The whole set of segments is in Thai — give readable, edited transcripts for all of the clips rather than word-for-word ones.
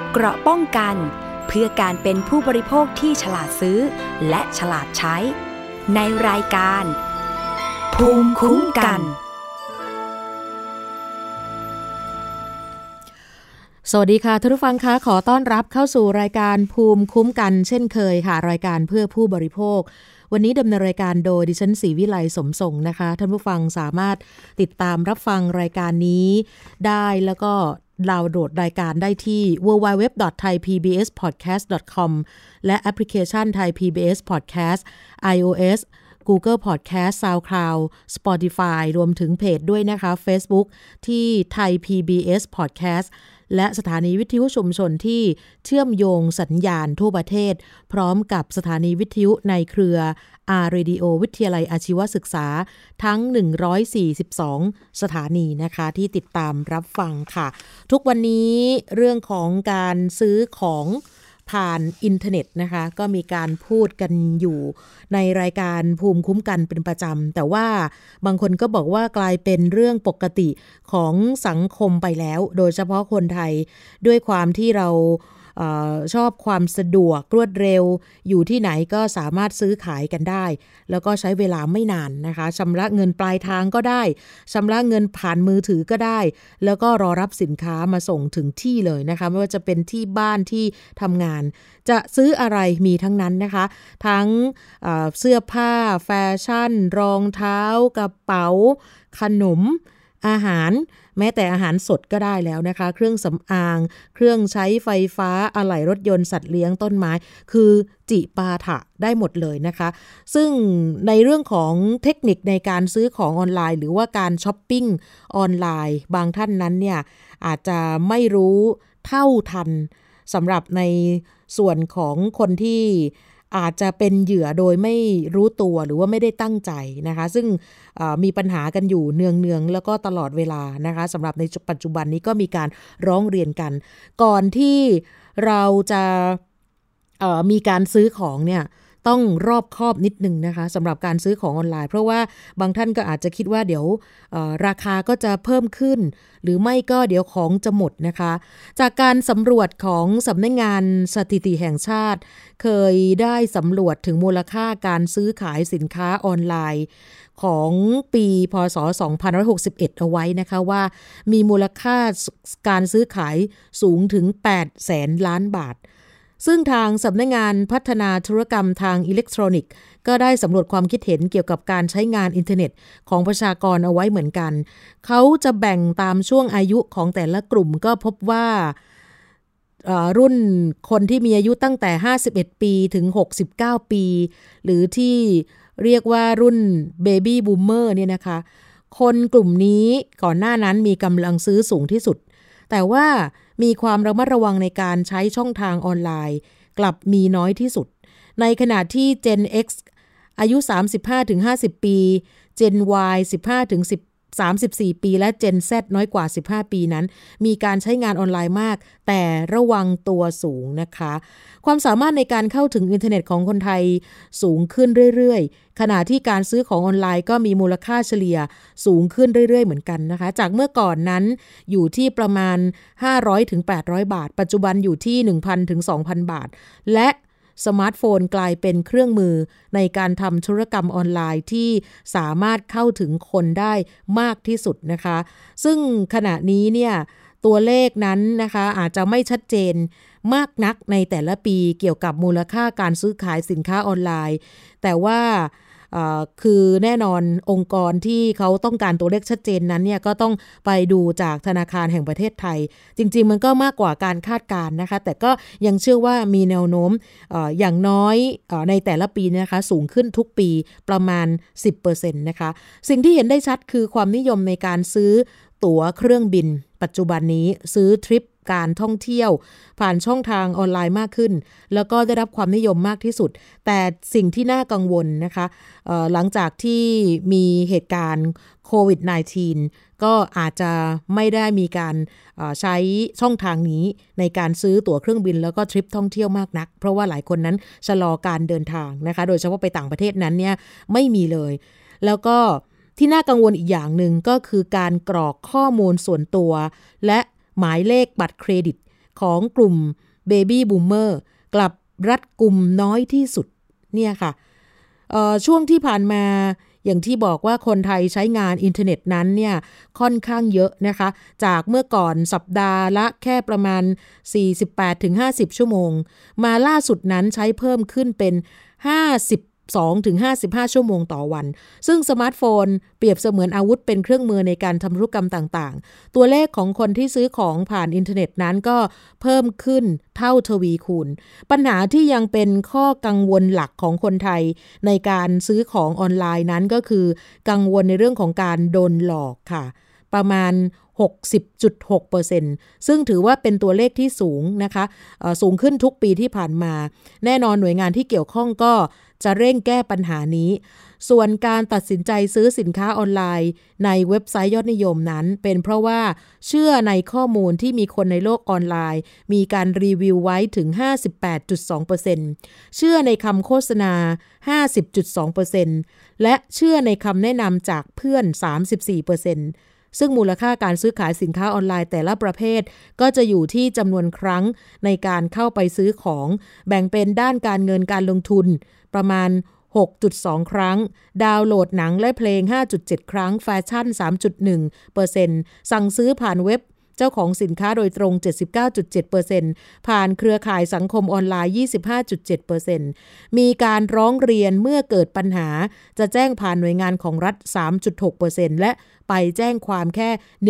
เกราะป้องกันเพื่อการเป็นผู้บริโภคที่ฉลาดซื้อและฉลาดใช้ในรายการภูมิคุ้มกันสวัสดีค่ะท่านผู้ฟังคะขอต้อนรับเข้าสู่รายการภูมิคุ้มกันเช่นเคยค่ะรายการเพื่อผู้บริโภควันนี้ดำเนินรายการโดยดิฉันศรีวิไลสมทรงนะคะท่านผู้ฟังสามารถติดตามรับฟังรายการนี้ได้แล้วก็ดาวน์โหลดรายการได้ที่ www.thaipbspodcast.com และแอปพลิเคชัน Thai PBS Podcast iOS Google Podcast SoundCloud Spotify รวมถึงเพจด้วยนะคะ Facebook ที่ Thai PBS Podcast และสถานีวิทยุชุมชนที่เชื่อมโยงสัญญาณทั่วประเทศพร้อมกับสถานีวิทยุในเครือ R-Radio วิทยาลัยอาชีวศึกษาทั้ง142สถานีนะคะที่ติดตามรับฟังค่ะทุกวันนี้เรื่องของการซื้อของผ่านอินเทอร์เน็ตนะคะก็มีการพูดกันอยู่ในรายการภูมิคุ้มกันเป็นประจำแต่ว่าบางคนก็บอกว่ากลายเป็นเรื่องปกติของสังคมไปแล้วโดยเฉพาะคนไทยด้วยความที่เราชอบความสะดวกรวดเร็วอยู่ที่ไหนก็สามารถซื้อขายกันได้แล้วก็ใช้เวลาไม่นานนะคะชำระเงินปลายทางก็ได้ชำระเงินผ่านมือถือก็ได้แล้วก็รอรับสินค้ามาส่งถึงที่เลยนะคะไม่ว่าจะเป็นที่บ้านที่ทำงานจะซื้ออะไรมีทั้งนั้นนะคะทั้งเสื้อผ้าแฟชั่นรองเท้ากระเป๋าขนมอาหารแม้แต่อาหารสดก็ได้แล้วนะคะเครื่องสำอางเครื่องใช้ไฟฟ้าอะไหล่รถยนต์สัตว์เลี้ยงต้นไม้คือจิปาถะได้หมดเลยนะคะซึ่งในเรื่องของเทคนิคในการซื้อของออนไลน์หรือว่าการช้อปปิ้งออนไลน์บางท่านนั้นเนี่ยอาจจะไม่รู้เท่าทันสำหรับในส่วนของคนที่อาจจะเป็นเหยื่อโดยไม่รู้ตัวหรือว่าไม่ได้ตั้งใจนะคะซึ่งมีปัญหากันอยู่เนืองๆแล้วก็ตลอดเวลานะคะสำหรับในปัจจุบันนี้ก็มีการร้องเรียนกันก่อนที่เราจะมีการซื้อของเนี่ยต้องรอบคอบนิดนึงนะคะสำหรับการซื้อของออนไลน์เพราะว่าบางท่านก็อาจจะคิดว่าเดี๋ยวราคาก็จะเพิ่มขึ้นหรือไม่ก็เดี๋ยวของจะหมดนะคะจากการสำรวจของสำนักงานสถิติแห่งชาติเคยได้สำรวจถึงมูลค่าการซื้อขายสินค้าออนไลน์ของปีพ.ศ. 2561เอาไว้นะคะว่ามีมูลค่าการซื้อขายสูงถึง 800,000 ล้านบาทซึ่งทางสำนักงานพัฒนาธุรกรรมทางอิเล็กทรอนิกส์ก็ได้สำรวจความคิดเห็นเกี่ยวกับการใช้งานอินเทอร์เน็ตของประชากรเอาไว้เหมือนกันเขาจะแบ่งตามช่วงอายุของแต่ละกลุ่มก็พบว่ารุ่นคนที่มีอายุตั้งแต่51ปีถึง69ปีหรือที่เรียกว่ารุ่นเบบี้บูมเมอร์เนี่ยนะคะคนกลุ่มนี้ก่อนหน้านั้นมีกำลังซื้อสูงที่สุดแต่ว่ามีความระมัดระวังในการใช้ช่องทางออนไลน์กลับมีน้อยที่สุดในขณะที่ Gen X อายุ 35-50 ปี Gen Y 15-34 ปีและ Gen Z น้อยกว่า15ปีนั้นมีการใช้งานออนไลน์มากแต่ระวังตัวสูงนะคะความสามารถในการเข้าถึงอินเทอร์เน็ตของคนไทยสูงขึ้นเรื่อยๆขณะที่การซื้อของออนไลน์ก็มีมูลค่าเฉลี่ยสูงขึ้นเรื่อยๆเหมือนกันนะคะจากเมื่อก่อนนั้นอยู่ที่ประมาณ 500-800 บาทปัจจุบันอยู่ที่ 1,000-2,000 บาทและสมาร์ทโฟนกลายเป็นเครื่องมือในการทำธุรกรรมออนไลน์ที่สามารถเข้าถึงคนได้มากที่สุดนะคะซึ่งขณะนี้เนี่ยตัวเลขนั้นนะคะอาจจะไม่ชัดเจนมากนักในแต่ละปีเกี่ยวกับมูลค่าการซื้อขายสินค้าออนไลน์แต่ว่าคือแน่นอนองค์กรที่เขาต้องการตัวเลขชัดเจนนั้นเนี่ยก็ต้องไปดูจากธนาคารแห่งประเทศไทยจริงๆมันก็มากกว่าการคาดการณ์นะคะแต่ก็ยังเชื่อว่ามีแนวโน้มอย่างน้อยในแต่ละปีนะคะสูงขึ้นทุกปีประมาณ 10% นะคะสิ่งที่เห็นได้ชัดคือความนิยมในการซื้อตั๋วเครื่องบินปัจจุบันนี้ซื้อทริปการท่องเที่ยวผ่านช่องทางออนไลน์มากขึ้นแล้วก็ได้รับความนิยมมากที่สุดแต่สิ่งที่น่ากังวลนะคะหลังจากที่มีเหตุการณ์โควิด -19 ก็อาจจะไม่ได้มีการใช้ช่องทางนี้ในการซื้อตั๋วเครื่องบินแล้วก็ทริปท่องเที่ยวมากนักเพราะว่าหลายคนนั้นชะลอการเดินทางนะคะโดยเฉพาะไปต่างประเทศนั้นเนี่ยไม่มีเลยแล้วก็ที่น่ากังวลอีกอย่างหนึ่งก็คือการกรอกข้อมูลส่วนตัวและหมายเลขบัตรเครดิตของกลุ่มเบบี้บูมเมอร์กลับรัดกุมน้อยที่สุดเนี่ยค่ะช่วงที่ผ่านมาอย่างที่บอกว่าคนไทยใช้งานอินเทอร์เน็ตนั้นเนี่ยค่อนข้างเยอะนะคะจากเมื่อก่อนสัปดาห์ละแค่ประมาณ 48-50 ชั่วโมงมาล่าสุดนั้นใช้เพิ่มขึ้นเป็น52-55 ชั่วโมงต่อวันซึ่งสมาร์ทโฟนเปรียบเสมือนอาวุธเป็นเครื่องมือในการทำธุรกรรมต่างๆตัวเลขของคนที่ซื้อของผ่านอินเทอร์เน็ตนั้นก็เพิ่มขึ้นเท่าทวีคูณปัญหาที่ยังเป็นข้อกังวลหลักของคนไทยในการซื้อของออนไลน์นั้นก็คือกังวลในเรื่องของการโดนหลอกค่ะประมาณ 60.6% ซึ่งถือว่าเป็นตัวเลขที่สูงนะคะสูงขึ้นทุกปีที่ผ่านมาแน่นอนหน่วยงานที่เกี่ยวข้องก็จะเร่งแก้ปัญหานี้ส่วนการตัดสินใจซื้อสินค้าออนไลน์ในเว็บไซต์ยอดนิยมนั้นเป็นเพราะว่าเชื่อในข้อมูลที่มีคนในโลกออนไลน์มีการรีวิวไว้ถึง 58.2% เชื่อในคำโฆษณา 50.2% และเชื่อในคำแนะนำจากเพื่อน 34%ซึ่งมูลค่าการซื้อขายสินค้าออนไลน์แต่ละประเภทก็จะอยู่ที่จำนวนครั้งในการเข้าไปซื้อของแบ่งเป็นด้านการเงินการลงทุนประมาณ 6.2 ครั้งดาวน์โหลดหนังและเพลง 5.7 ครั้งแฟชั่น 3.1% สั่งซื้อผ่านเว็บเจ้าของสินค้าโดยตรง 79.7% ผ่านเครือข่ายสังคมออนไลน์ 25.7% มีการร้องเรียนเมื่อเกิดปัญหาจะแจ้งผ่านหน่วยงานของรัฐ 3.6% และไปแจ้งความแค่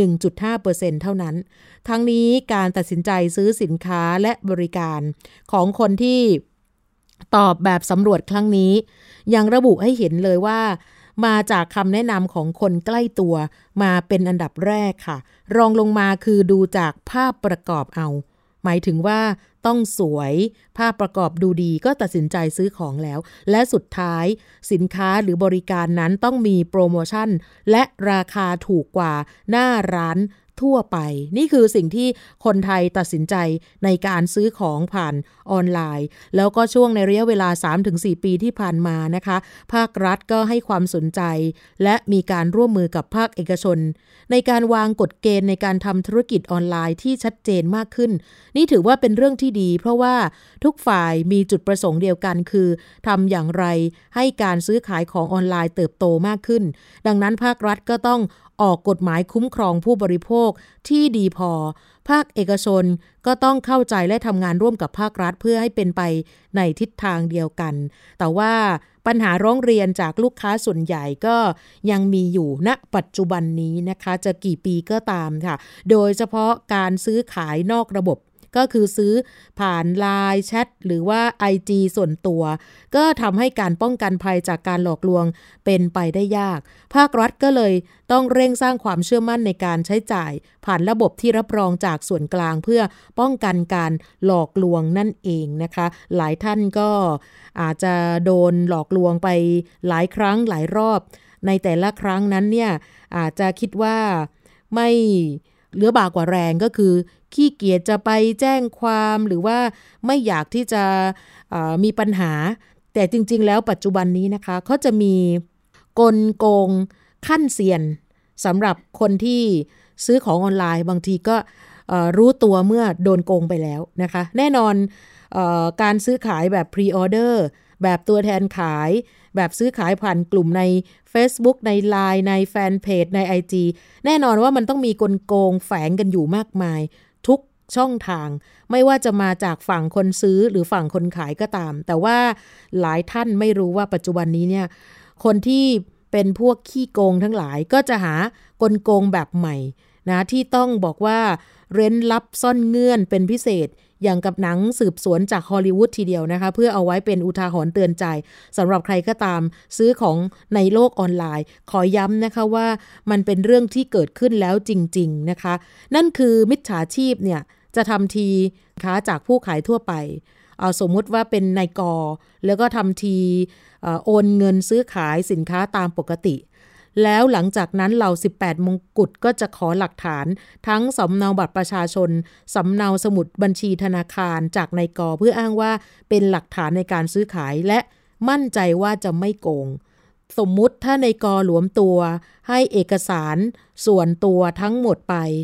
1.5% เท่านั้นทั้งนี้การตัดสินใจซื้อสินค้าและบริการของคนที่ตอบแบบสำรวจครั้งนี้ยังระบุให้เห็นเลยว่ามาจากคำแนะนำของคนใกล้ตัวมาเป็นอันดับแรกค่ะรองลงมาคือดูจากภาพประกอบเอาหมายถึงว่าต้องสวยภาพประกอบดูดีก็ตัดสินใจซื้อของแล้วและสุดท้ายสินค้าหรือบริการนั้นต้องมีโปรโมชั่นและราคาถูกกว่าหน้าร้านทั่วไปนี่คือสิ่งที่คนไทยตัดสินใจในการซื้อของผ่านออนไลน์แล้วก็ช่วงในระยะเวลา 3-4 ปีที่ผ่านมานะคะภาครัฐก็ให้ความสนใจและมีการร่วมมือกับภาคเอกชนในการวางกฎเกณฑ์ในการทำธุรกิจออนไลน์ที่ชัดเจนมากขึ้นนี่ถือว่าเป็นเรื่องที่ดีเพราะว่าทุกฝ่ายมีจุดประสงค์เดียวกันคือทำอย่างไรให้การซื้อขายของออนไลน์เติบโตมากขึ้นดังนั้นภาครัฐก็ต้องออกกฎหมายคุ้มครองผู้บริโภคที่ดีพอภาคเอกชนก็ต้องเข้าใจและทำงานร่วมกับภาครัฐเพื่อให้เป็นไปในทิศทางเดียวกันแต่ว่าปัญหาร้องเรียนจากลูกค้าส่วนใหญ่ก็ยังมีอยู่ณปัจจุบันนี้นะคะจะกี่ปีก็ตามค่ะโดยเฉพาะการซื้อขายนอกระบบก็คือซื้อผ่าน LINE แชทหรือว่า IG ส่วนตัวก็ทำให้การป้องกันภัยจากการหลอกลวงเป็นไปได้ยากภาครัฐก็เลยต้องเร่งสร้างความเชื่อมั่นในการใช้จ่ายผ่านระบบที่รับรองจากส่วนกลางเพื่อป้องกันการหลอกลวงนั่นเองนะคะหลายท่านก็อาจจะโดนหลอกลวงไปหลายครั้งหลายรอบในแต่ละครั้งนั้นเนี่ยอาจจะคิดว่าไม่เหลือบากกว่าแรงก็คือขี้เกียจจะไปแจ้งความหรือว่าไม่อยากที่จะมีปัญหาแต่จริงๆแล้วปัจจุบันนี้นะคะเขาจะมีกลโกงขั้นเซียนสำหรับคนที่ซื้อของออนไลน์บางทีก็รู้ตัวเมื่อโดนโกงไปแล้วนะคะแน่นอนการซื้อขายแบบพรีออเดอร์แบบตัวแทนขายแบบซื้อขายผ่านกลุ่มใน Facebook ใน LINE ในแฟนเพจใน IG แน่นอนว่ามันต้องมีกลโกงแฝงกันอยู่มากมายทุกช่องทางไม่ว่าจะมาจากฝั่งคนซื้อหรือฝั่งคนขายก็ตามแต่ว่าหลายท่านไม่รู้ว่าปัจจุบันนี้เนี่ยคนที่เป็นพวกขี้โกงทั้งหลายก็จะหากลโกงแบบใหม่นะที่ต้องบอกว่าเร้นลับซ่อนเงื่อนเป็นพิเศษอย่างกับหนังสืบสวนจากฮอลลีวูดทีเดียวนะคะเพื่อเอาไว้เป็นอุทาหรณ์เตือนใจสำหรับใครก็ตามซื้อของในโลกออนไลน์ขอย้ำนะคะว่ามันเป็นเรื่องที่เกิดขึ้นแล้วจริงๆนะคะนั่นคือมิจฉาชีพเนี่ยจะทำทีค้าจากผู้ขายทั่วไปสมมุติว่าเป็นนายกแล้วก็ทำทีโอนเงินซื้อขายสินค้าตามปกติแล้วหลังจากนั้นเหล่า18มงกุฎก็จะขอหลักฐานทั้งสำเนาบัตรประชาชนสำเนาสมุดบัญชีธนาคารจากนายกเพื่ออ้างว่าเป็นหลักฐานในการซื้อขายและมั่นใจว่าจะไม่โกงสมมุติถ้านายกหลวมตัวให้เอกสารส่วนตัวทั้งหมดไป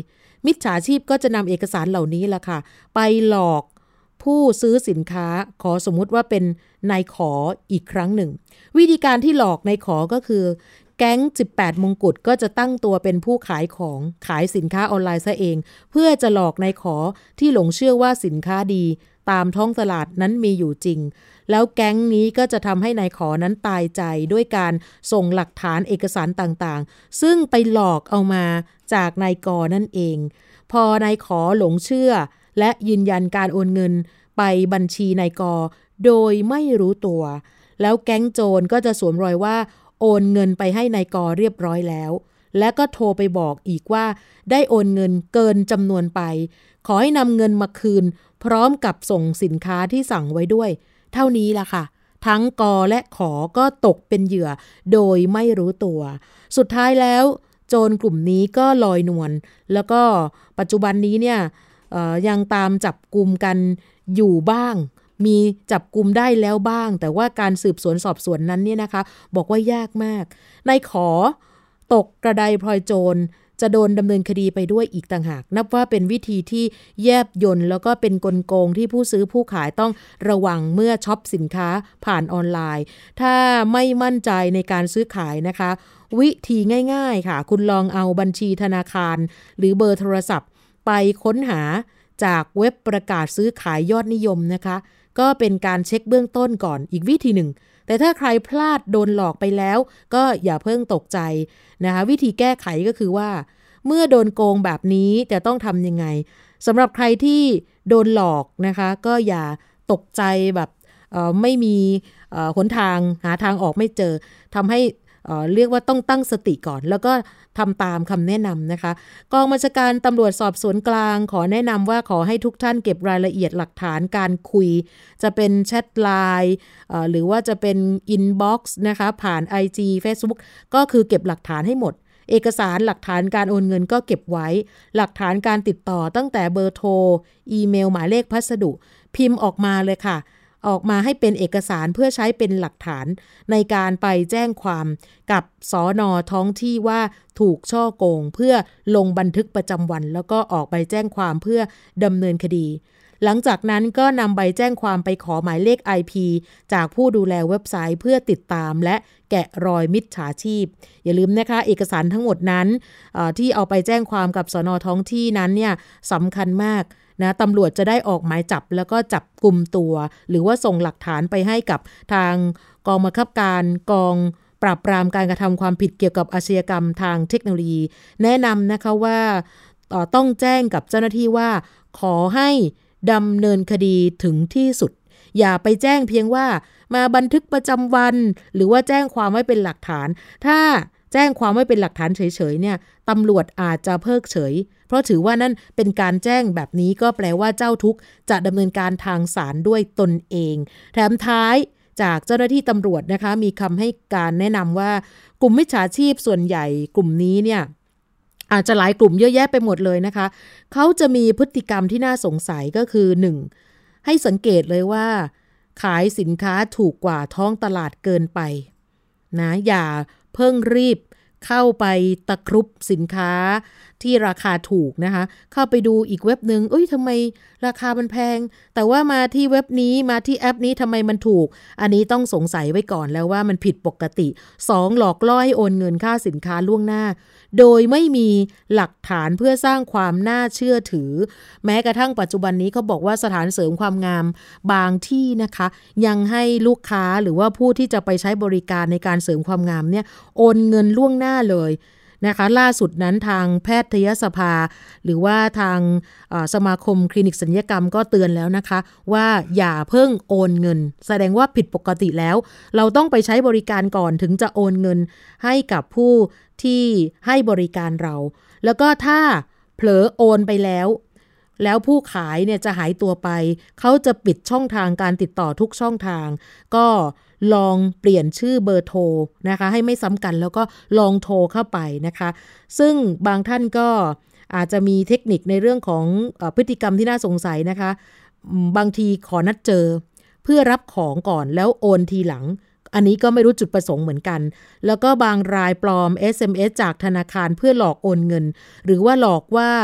มิจฉาชีพก็จะนำเอกสารเหล่านี้ล่ะค่ะไปหลอกผู้ซื้อสินค้าขอสมมุติว่าเป็นนายขออีกครั้งหนึ่งวิธีการที่หลอกนายขอก็คือแก๊ง18มงกุฎก็จะตั้งตัวเป็นผู้ขายของขายสินค้าออนไลน์ซะเองเพื่อจะหลอกนายขอที่หลงเชื่อว่าสินค้าดีตามท้องตลาดนั้นมีอยู่จริงแล้วแก๊งนี้ก็จะทำให้นายขอนั้นตายใจด้วยการส่งหลักฐานเอกสารต่างๆซึ่งไปหลอกเอามาจากนายกนั่นเองพอนายขอหลงเชื่อและยืนยันการโอนเงินไปบัญชีนายกโดยไม่รู้ตัวแล้วแก๊งโจรก็จะสวมรอยว่าโอนเงินไปให้นายกเรียบร้อยแล้วและก็โทรไปบอกอีกว่าได้โอนเงินเกินจำนวนไปขอให้นำเงินมาคืนพร้อมกับส่งสินค้าที่สั่งไว้ด้วยเท่านี้ล่ะค่ะทั้งกและขอก็ตกเป็นเหยื่อโดยไม่รู้ตัวสุดท้ายแล้วโจรกลุ่มนี้ก็ลอยนวลแล้วก็ปัจจุบันนี้เนี่ยยังตามจับกุมกันอยู่บ้างมีจับกุมได้แล้วบ้างแต่ว่าการสืบสวนสอบสวนนั้นเนี่ยนะคะบอกว่ายากมากนายขอตกกระไดพลอยโจรจะโดนดำเนินคดีไปด้วยอีกต่างหากนับว่าเป็นวิธีที่แยบยลแล้วก็เป็นกลโกงที่ผู้ซื้อผู้ขายต้องระวังเมื่อช็อปสินค้าผ่านออนไลน์ถ้าไม่มั่นใจในการซื้อขายนะคะวิธีง่ายๆค่ะคุณลองเอาบัญชีธนาคารหรือเบอร์โทรศัพท์ไปค้นหาจากเว็บประกาศซื้อขายยอดนิยมนะคะก็เป็นการเช็คเบื้องต้นก่อนอีกวิธีหนึ่งแต่ถ้าใครพลาดโดนหลอกไปแล้วก็อย่าเพิ่งตกใจนะคะวิธีแก้ไขก็คือว่าเมื่อโดนโกงแบบนี้จะต้องทำยังไงสำหรับใครที่โดนหลอกนะคะก็อย่าตกใจแบบไม่มีหนทางหาทางออกไม่เจอทำให้เรียกว่าต้องตั้งสติก่อนแล้วก็ทำตามคำแนะนำนะคะกองบัญชาการตำรวจสอบสวนกลางขอแนะนำว่าขอให้ทุกท่านเก็บรายละเอียดหลักฐานการคุยจะเป็นแชทไลน์หรือว่าจะเป็นอินบ็อกซ์นะคะผ่าน IG Facebook ก็คือเก็บหลักฐานให้หมดเอกสารหลักฐานการโอนเงินก็เก็บไว้หลักฐานการติดต่อตั้งแต่เบอร์โทรอีเมลหมายเลขพัสดุพิมพ์ออกมาเลยค่ะออกมาให้เป็นเอกสารเพื่อใช้เป็นหลักฐานในการไปแจ้งความกับสน.ท้องที่ว่าถูกฉ้อโกงเพื่อลงบันทึกประจำวันแล้วก็ออกใบแจ้งความเพื่อดำเนินคดีหลังจากนั้นก็นำใบแจ้งความไปขอหมายเลข IP จากผู้ดูแลเว็บไซต์เพื่อติดตามและแกะรอยมิจฉาชีพอย่าลืมนะคะเอกสารทั้งหมดนั้นที่เอาไปแจ้งความกับสน.ท้องที่นั้นเนี่ยสำคัญมากนะตำรวจจะได้ออกหมายจับแล้วก็จับกุมตัวหรือว่าส่งหลักฐานไปให้กับทางกองบังคับการกองปราบปรามการกระทำความผิดเกี่ยวกับอาชญากรรมทางเทคโนโลยีแนะนำนะคะว่าต้องแจ้งกับเจ้าหน้าที่ว่าขอให้ดำเนินคดีถึงที่สุดอย่าไปแจ้งเพียงว่ามาบันทึกประจำวันหรือว่าแจ้งความไว้เป็นหลักฐานถ้าแจ้งความไว้เป็นหลักฐานเฉยๆเนี่ยตำรวจอาจจะเพิกเฉยเพราะถือว่านั่นเป็นการแจ้งแบบนี้ก็แปลว่าเจ้าทุกข์จะดำเนินการทางศาลด้วยตนเองแถมท้ายจากเจ้าหน้าที่ตำรวจนะคะมีคำให้การแนะนำว่ากลุ่มมิจฉาชีพส่วนใหญ่กลุ่มนี้เนี่ยอาจจะหลายกลุ่มเยอะแยะไปหมดเลยนะคะเขาจะมีพฤติกรรมที่น่าสงสัยก็คือ 1. ให้สังเกตเลยว่าขายสินค้าถูกกว่าท้องตลาดเกินไปนะอย่าเพิ่งรีบเข้าไปตะครุบสินค้าที่ราคาถูกนะคะเข้าไปดูอีกเว็บนึงทำไมราคามันแพงแต่ว่ามาที่เว็บนี้มาที่แอปนี้ทำไมมันถูกอันนี้ต้องสงสัยไว้ก่อนแล้วว่ามันผิดปกติ 2. หลอกล่อให้โอนเงินค่าสินค้าล่วงหน้าโดยไม่มีหลักฐานเพื่อสร้างความน่าเชื่อถือแม้กระทั่งปัจจุบันนี้เขาบอกว่าสถานเสริมความงามบางที่นะคะยังให้ลูกค้าหรือว่าผู้ที่จะไปใช้บริการในการเสริมความงามเนี่ยโอนเงินล่วงหน้าเลยนะคะล่าสุดนั้นทางแพทยสภาหรือว่าทางสมาคมคลินิกศัลยกรรมก็เตือนแล้วนะคะว่าอย่าเพิ่งโอนเงินแสดงว่าผิดปกติแล้วเราต้องไปใช้บริการก่อนถึงจะโอนเงินให้กับผู้ที่ให้บริการเราแล้วก็ถ้าเผลอโอนไปแล้วผู้ขายเนี่ยจะหายตัวไปเขาจะปิดช่องทางการติดต่อทุกช่องทางก็ลองเปลี่ยนชื่อเบอร์โทรนะคะให้ไม่ซ้ำกันแล้วก็ลองโทรเข้าไปนะคะซึ่งบางท่านก็อาจจะมีเทคนิคในเรื่องของพฤติกรรมที่น่าสงสัยนะคะบางทีขอนัดเจอเพื่อรับของก่อนแล้วโอนทีหลังอันนี้ก็ไม่รู้จุดประสงค์เหมือนกันแล้วก็บางรายปลอม SMS จากธนาคารเพื่อหลอกโอนเงินหรือว่าหลอกว่า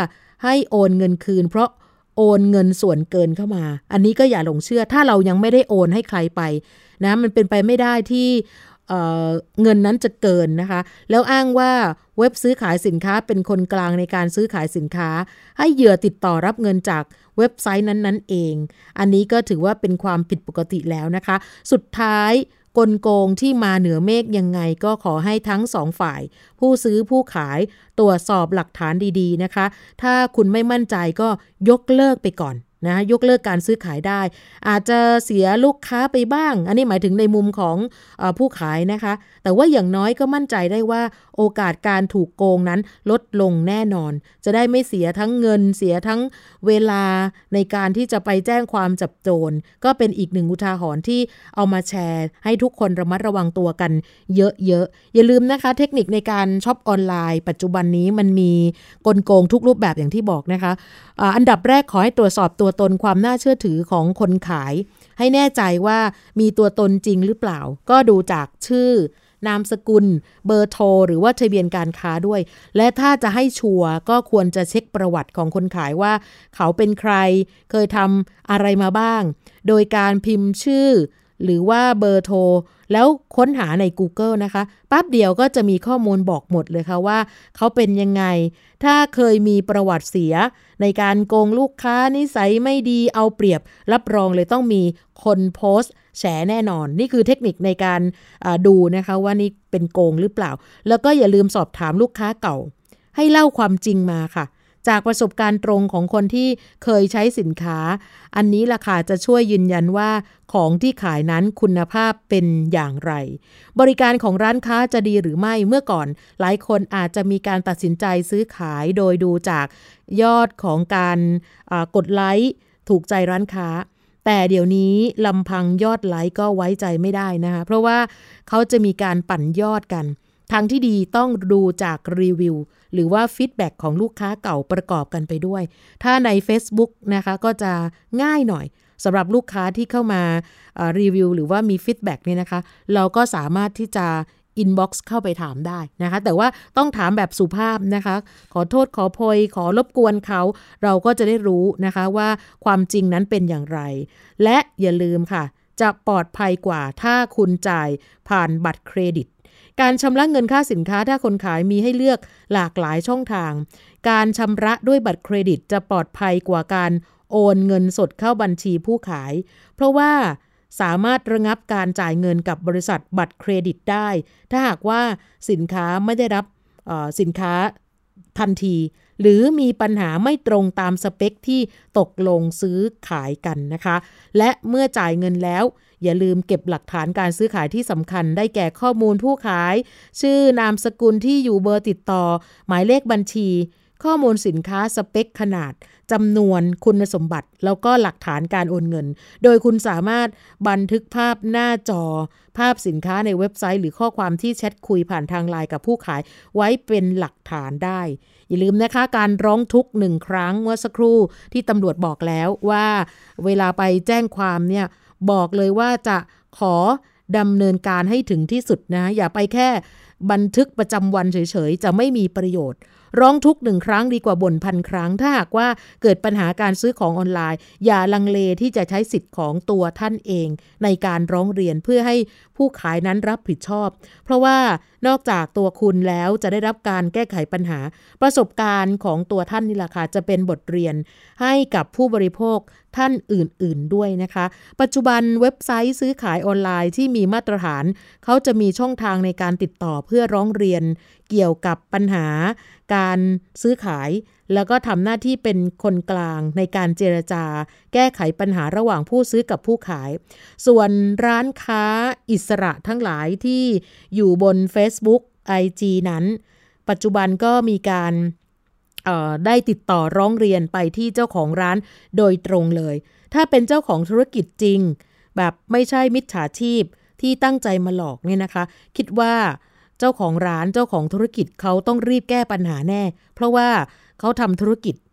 ให้โอนเงินคืนเพราะโอนเงินส่วนเกินเข้ามาอันนี้ก็อย่าหลงเชื่อถ้าเรายังไม่ได้โอนให้ใครไปนะมันเป็นไปไม่ได้ที่เงินนั้นจะเกินนะคะแล้วอ้างว่าเว็บซื้อขายสินค้าเป็นคนกลางในการซื้อขายสินค้าให้เหยื่อติดต่อรับเงินจากเว็บไซต์นั้นๆเองอันนี้ก็ถือว่าเป็นความผิดปกติแล้วนะคะสุดท้ายกลโกงที่มาเหนือเมฆยังไงก็ขอให้ทั้งสองฝ่ายผู้ซื้อผู้ขายตรวจสอบหลักฐานดีๆนะคะถ้าคุณไม่มั่นใจก็ยกเลิกไปก่อนนะยกเลิกการซื้อขายได้อาจจะเสียลูกค้าไปบ้างอันนี้หมายถึงในมุมของผู้ขายนะคะแต่ว่าอย่างน้อยก็มั่นใจได้ว่าโอกาสการถูกโกงนั้นลดลงแน่นอนจะได้ไม่เสียทั้งเงินเสียทั้งเวลาในการที่จะไปแจ้งความจับโจรก็เป็นอีกหนึ่งอุทาหรณ์ที่เอามาแชร์ให้ทุกคนระมัดระวังตัวกันเยอะๆอย่าลืมนะคะเทคนิคในการช็อปออนไลน์ปัจจุบันนี้มันมีกลโกงทุกรูปแบบอย่างที่บอกนะคะอันดับแรกขอให้ตรวจสอบตัวตนความน่าเชื่อถือของคนขายให้แน่ใจว่ามีตัวตนจริงหรือเปล่าก็ดูจากชื่อนามสกุลเบอร์โทรหรือว่าทะเบียนการค้าด้วยและถ้าจะให้ชัวร์ก็ควรจะเช็คประวัติของคนขายว่าเขาเป็นใครเคยทำอะไรมาบ้างโดยการพิมพ์ชื่อหรือว่าเบอร์โทรแล้วค้นหาใน Google นะคะแป๊บเดียวก็จะมีข้อมูลบอกหมดเลยค่ะว่าเขาเป็นยังไงถ้าเคยมีประวัติเสียในการโกงลูกค้านิสัยไม่ดีเอาเปรียบรับรองเลยต้องมีคนโพสต์แฉแน่นอนนี่คือเทคนิคในการดูนะคะว่านี่เป็นโกงหรือเปล่าแล้วก็อย่าลืมสอบถามลูกค้าเก่าให้เล่าความจริงมาค่ะจากประสบการณ์ตรงของคนที่เคยใช้สินค้าอันนี้ล่ะค่ะจะช่วยยืนยันว่าของที่ขายนั้นคุณภาพเป็นอย่างไรบริการของร้านค้าจะดีหรือไม่เมื่อก่อนหลายคนอาจจะมีการตัดสินใจซื้อขายโดยดูจากยอดของการกดไลค์ถูกใจร้านค้าแต่เดี๋ยวนี้ลำพังยอดไลค์ก็ไว้ใจไม่ได้นะคะเพราะว่าเขาจะมีการปั่นยอดกันทางที่ดีต้องดูจากรีวิวหรือว่าฟีดแบ็กของลูกค้าเก่าประกอบกันไปด้วยถ้าใน Facebook นะคะก็จะง่ายหน่อยสำหรับลูกค้าที่เข้ามารีวิวหรือว่ามีฟีดแบ็กเนี่ยนะคะเราก็สามารถที่จะอินบ็อกซ์เข้าไปถามได้นะคะแต่ว่าต้องถามแบบสุภาพนะคะขอโทษขอโพยขอรบกวนเขาเราก็จะได้รู้นะคะว่าความจริงนั้นเป็นอย่างไรและอย่าลืมค่ะจะปลอดภัยกว่าถ้าคุณจ่ายผ่านบัตรเครดิตการชำระเงินค่าสินค้าถ้าคนขายมีให้เลือกหลากหลายช่องทางการชำระด้วยบัตรเครดิตจะปลอดภัยกว่าการโอนเงินสดเข้าบัญชีผู้ขายเพราะว่าสามารถระงับการจ่ายเงินกับบริษัทบัตรเครดิตได้ถ้าหากว่าสินค้าไม่ได้รับสินค้าทันทีหรือมีปัญหาไม่ตรงตามสเปคที่ตกลงซื้อขายกันนะคะและเมื่อจ่ายเงินแล้วอย่าลืมเก็บหลักฐานการซื้อขายที่สำคัญได้แก่ข้อมูลผู้ขายชื่อนามสกุลที่อยู่เบอร์ติดต่อหมายเลขบัญชีข้อมูลสินค้าสเปคขนาดจำนวนคุณสมบัติแล้วก็หลักฐานการโอนเงินโดยคุณสามารถบันทึกภาพหน้าจอภาพสินค้าในเว็บไซต์หรือข้อความที่แชทคุยผ่านทางไลน์กับผู้ขายไว้เป็นหลักฐานได้อย่าลืมนะคะการร้องทุกข์1ครั้งเมื่อสักครู่ที่ตำรวจบอกแล้วว่าเวลาไปแจ้งความเนี่ยบอกเลยว่าจะขอดำเนินการให้ถึงที่สุดนะอย่าไปแค่บันทึกประจำวันเฉยๆจะไม่มีประโยชน์ร้องทุกข์1ครั้งดีกว่าบ่น1,000 ครั้งถ้าหากว่าเกิดปัญหาการซื้อของออนไลน์อย่าลังเลที่จะใช้สิทธิ์ของตัวท่านเองในการร้องเรียนเพื่อให้ผู้ขายนั้นรับผิดชอบเพราะว่านอกจากตัวคุณแล้วจะได้รับการแก้ไขปัญหาประสบการณ์ของตัวท่านนี่แหละค่ะจะเป็นบทเรียนให้กับผู้บริโภคท่านอื่นๆด้วยนะคะปัจจุบันเว็บไซต์ซื้อขายออนไลน์ที่มีมาตรฐานเขาจะมีช่องทางในการติดต่อเพื่อร้องเรียนเกี่ยวกับปัญหาการซื้อขายแล้วก็ทำหน้าที่เป็นคนกลางในการเจรจาแก้ไขปัญหาระหว่างผู้ซื้อกับผู้ขายส่วนร้านค้าอิสระทั้งหลายที่อยู่บน Facebook IG นั้นปัจจุบันก็มีการได้ติดต่อร้องเรียนไปที่เจ้าของร้านโดยตรงเลยถ้าเป็นเจ้าของธุรกิจจริงแบบไม่ใช่มิจฉาชีพที่ตั้งใจมาหลอกเนี่ยนะคะคิดว่าเจ้าของร้านเจ้าของธุรกิจเขาต้องรีบแก้ปัญหาแน่เพราะว่าเขาทำธุรกิจ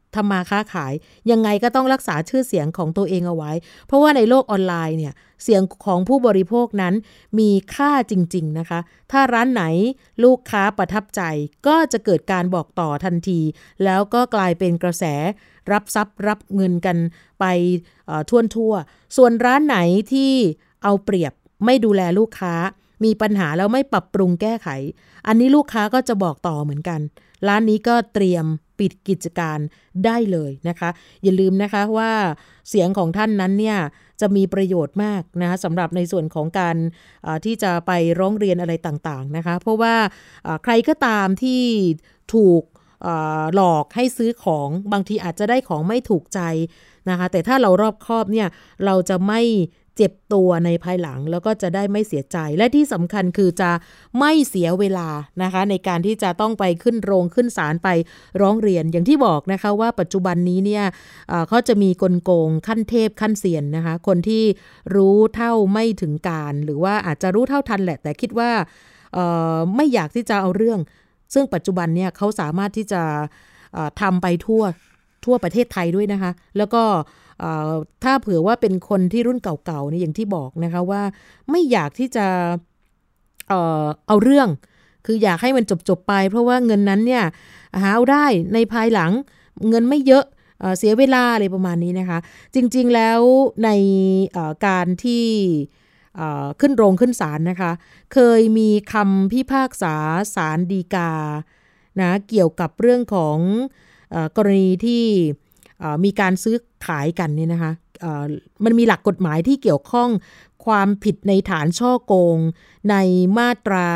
ทำมาค้าขายยังไงก็ต้องรักษาชื่อเสียงของตัวเองเอาไว้เพราะว่าในโลกออนไลน์เนี่ยเสียงของผู้บริโภคนั้นมีค่าจริงๆนะคะถ้าร้านไหนลูกค้าประทับใจก็จะเกิดการบอกต่อทันทีแล้วก็กลายเป็นกระแสรับทรัพย์รับเงินกันไปทั่วส่วนร้านไหนที่เอาเปรียบไม่ดูแลลูกค้ามีปัญหาแล้วไม่ปรับปรุงแก้ไขอันนี้ลูกค้าก็จะบอกต่อเหมือนกันร้านนี้ก็เตรียมปิดกิจการได้เลยนะคะอย่าลืมนะคะว่าเสียงของท่านนั้นเนี่ยจะมีประโยชน์มากนะสำหรับในส่วนของการที่จะไปร้องเรียนอะไรต่างๆนะคะเพราะว่าใครก็ตามที่ถูกหลอกให้ซื้อของบางทีอาจจะได้ของไม่ถูกใจนะคะแต่ถ้าเรารอบคอบเนี่ยเราจะไม่เจ็บตัวในภายหลังแล้วก็จะได้ไม่เสียใจและที่สำคัญคือจะไม่เสียเวลานะคะในการที่จะต้องไปขึ้นโรงขึ้นศาลไปร้องเรียนอย่างที่บอกนะคะว่าปัจจุบันนี้เนี่ยเขาจะมีกลโกงขั้นเทพขั้นเซียนนะคะคนที่รู้เท่าไม่ถึงการหรือว่าอาจจะรู้เท่าทันแหละแต่คิดว่าไม่อยากที่จะเอาเรื่องซึ่งปัจจุบันเนี่ยเขาสามารถที่จะทำไปทั่วประเทศไทยด้วยนะคะแล้วก็ถ้าเผื่อว่าเป็นคนที่รุ่นเก่าๆเนี่ยอย่างที่บอกนะคะว่าไม่อยากที่จะเอาเรื่องคืออยากให้มันจบๆไปเพราะว่าเงินนั้นเนี่ยหาเอาได้ในภายหลังเงินไม่เยอะเสียเวลาอะไรประมาณนี้นะคะจริงๆแล้วในการที่ขึ้นโรงขึ้นศาลนะคะเคยมีคำพิพากษาศาลฎีกานะเกี่ยวกับเรื่องของกรณีที่มีการซื้อขายกันเนี่ยนะคะมันมีหลักกฎหมายที่เกี่ยวข้องความผิดในฐานฉ้อโกงในมาตรา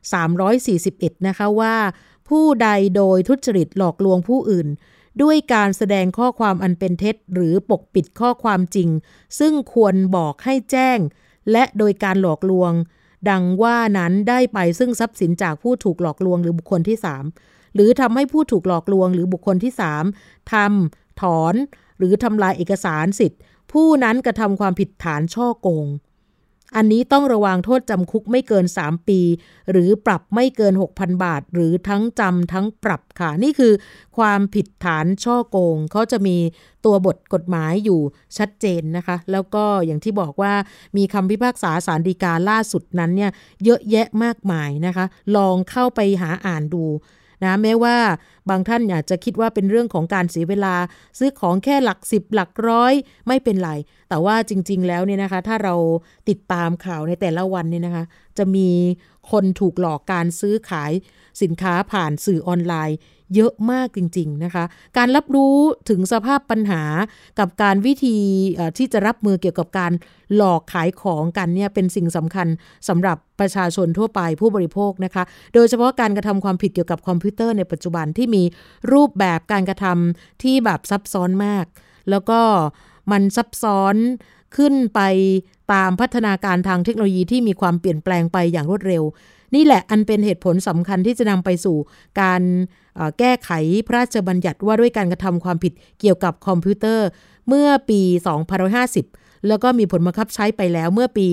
341นะคะว่าผู้ใดโดยทุจริตหลอกลวงผู้อื่นด้วยการแสดงข้อความอันเป็นเท็จหรือปกปิดข้อความจริงซึ่งควรบอกให้แจ้งและโดยการหลอกลวงดังว่านั้นได้ไปซึ่งทรัพย์สินจากผู้ถูกหลอกลวงหรือบุคคลที่3หรือทำให้ผู้ถูกหลอกลวงหรือบุคคลที่3ทำถอนหรือทำลายเอกสารสิทธิ์ผู้นั้นกระทำความผิดฐานฉ้อโกงอันนี้ต้องระวังโทษจำคุกไม่เกิน3ปีหรือปรับไม่เกิน 6,000 บาทหรือทั้งจำทั้งปรับค่ะนี่คือความผิดฐานฉ้อโกงเขาจะมีตัวบทกฎหมายอยู่ชัดเจนนะคะแล้วก็อย่างที่บอกว่ามีคำพิพากษาศาลฎีกาล่าสุดนั้นเนี่ยเยอะแยะมากมายนะคะลองเข้าไปหาอ่านดูนะแม้ว่าบางท่านอาจจะคิดว่าเป็นเรื่องของการเสียเวลาซื้อของแค่หลัก10หลักร้อยไม่เป็นไรแต่ว่าจริงๆแล้วเนี่ยนะคะถ้าเราติดตามข่าวในแต่ละวันเนี่ยนะคะจะมีคนถูกหลอกการซื้อขายสินค้าผ่านสื่อออนไลน์เยอะมากจริงๆนะคะการรับรู้ถึงสภาพปัญหากับการวิธีที่จะรับมือเกี่ยวกับการหลอกขายของกันเนี่ยเป็นสิ่งสำคัญสำหรับประชาชนทั่วไปผู้บริโภคนะคะโดยเฉพาะการกระทำความผิดเกี่ยวกับคอมพิวเตอร์ในปัจจุบันที่มีรูปแบบการกระทำที่แบบซับซ้อนมากแล้วก็มันซับซ้อนขึ้นไปตามพัฒนาการทางเทคโนโลยีที่มีความเปลี่ยนแปลงไปอย่างรวดเร็วนี่แหละอันเป็นเหตุผลสำคัญที่จะนำไปสู่การแก้ไขพระราชบัญญัติว่าด้วยการกระทำความผิดเกี่ยวกับคอมพิวเตอร์เมื่อปี2550แล้วก็มีผลบังคับใช้ไปแล้วเมื่อปี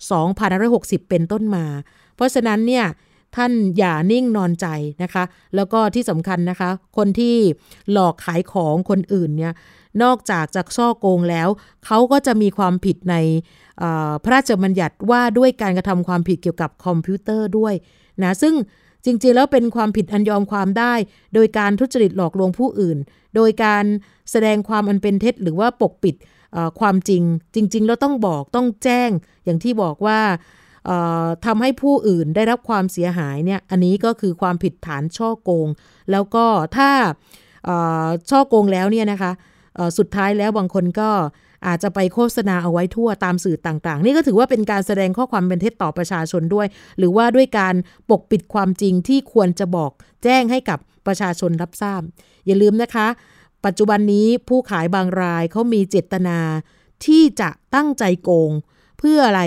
2560เป็นต้นมาเพราะฉะนั้นเนี่ยท่านอย่านิ่งนอนใจนะคะแล้วก็ที่สำคัญนะคะคนที่หลอกขายของคนอื่นเนี่ยนอกจากจะฉ้อโกงแล้วเขาก็จะมีความผิดในพระราชบัญญัติว่าด้วยการกระทำความผิดเกี่ยวกับคอมพิวเตอร์ด้วยนะซึ่งจริงๆแล้วเป็นความผิดอันยอมความได้โดยการทุจริตหลอกลวงผู้อื่นโดยการแสดงความอันเป็นเท็จหรือว่าปกปิดความจริงๆแล้วต้องบอกต้องแจ้งอย่างที่บอกว่าทำให้ผู้อื่นได้รับความเสียหายเนี่ยอันนี้ก็คือความผิดฐานฉ้อโกงแล้วก็ถ้าฉ้อโกงแล้วเนี่ยนะคะสุดท้ายแล้วบางคนก็อาจจะไปโฆษณาเอาไว้ทั่วตามสื่อต่างๆนี่ก็ถือว่าเป็นการแสดงข้อความเป็นเท็จต่อประชาชนด้วยหรือว่าด้วยการปกปิดความจริงที่ควรจะบอกแจ้งให้กับประชาชนรับทราบอย่าลืมนะคะปัจจุบันนี้ผู้ขายบางรายเขามีเจตนาที่จะตั้งใจโกงเพื่ออะไร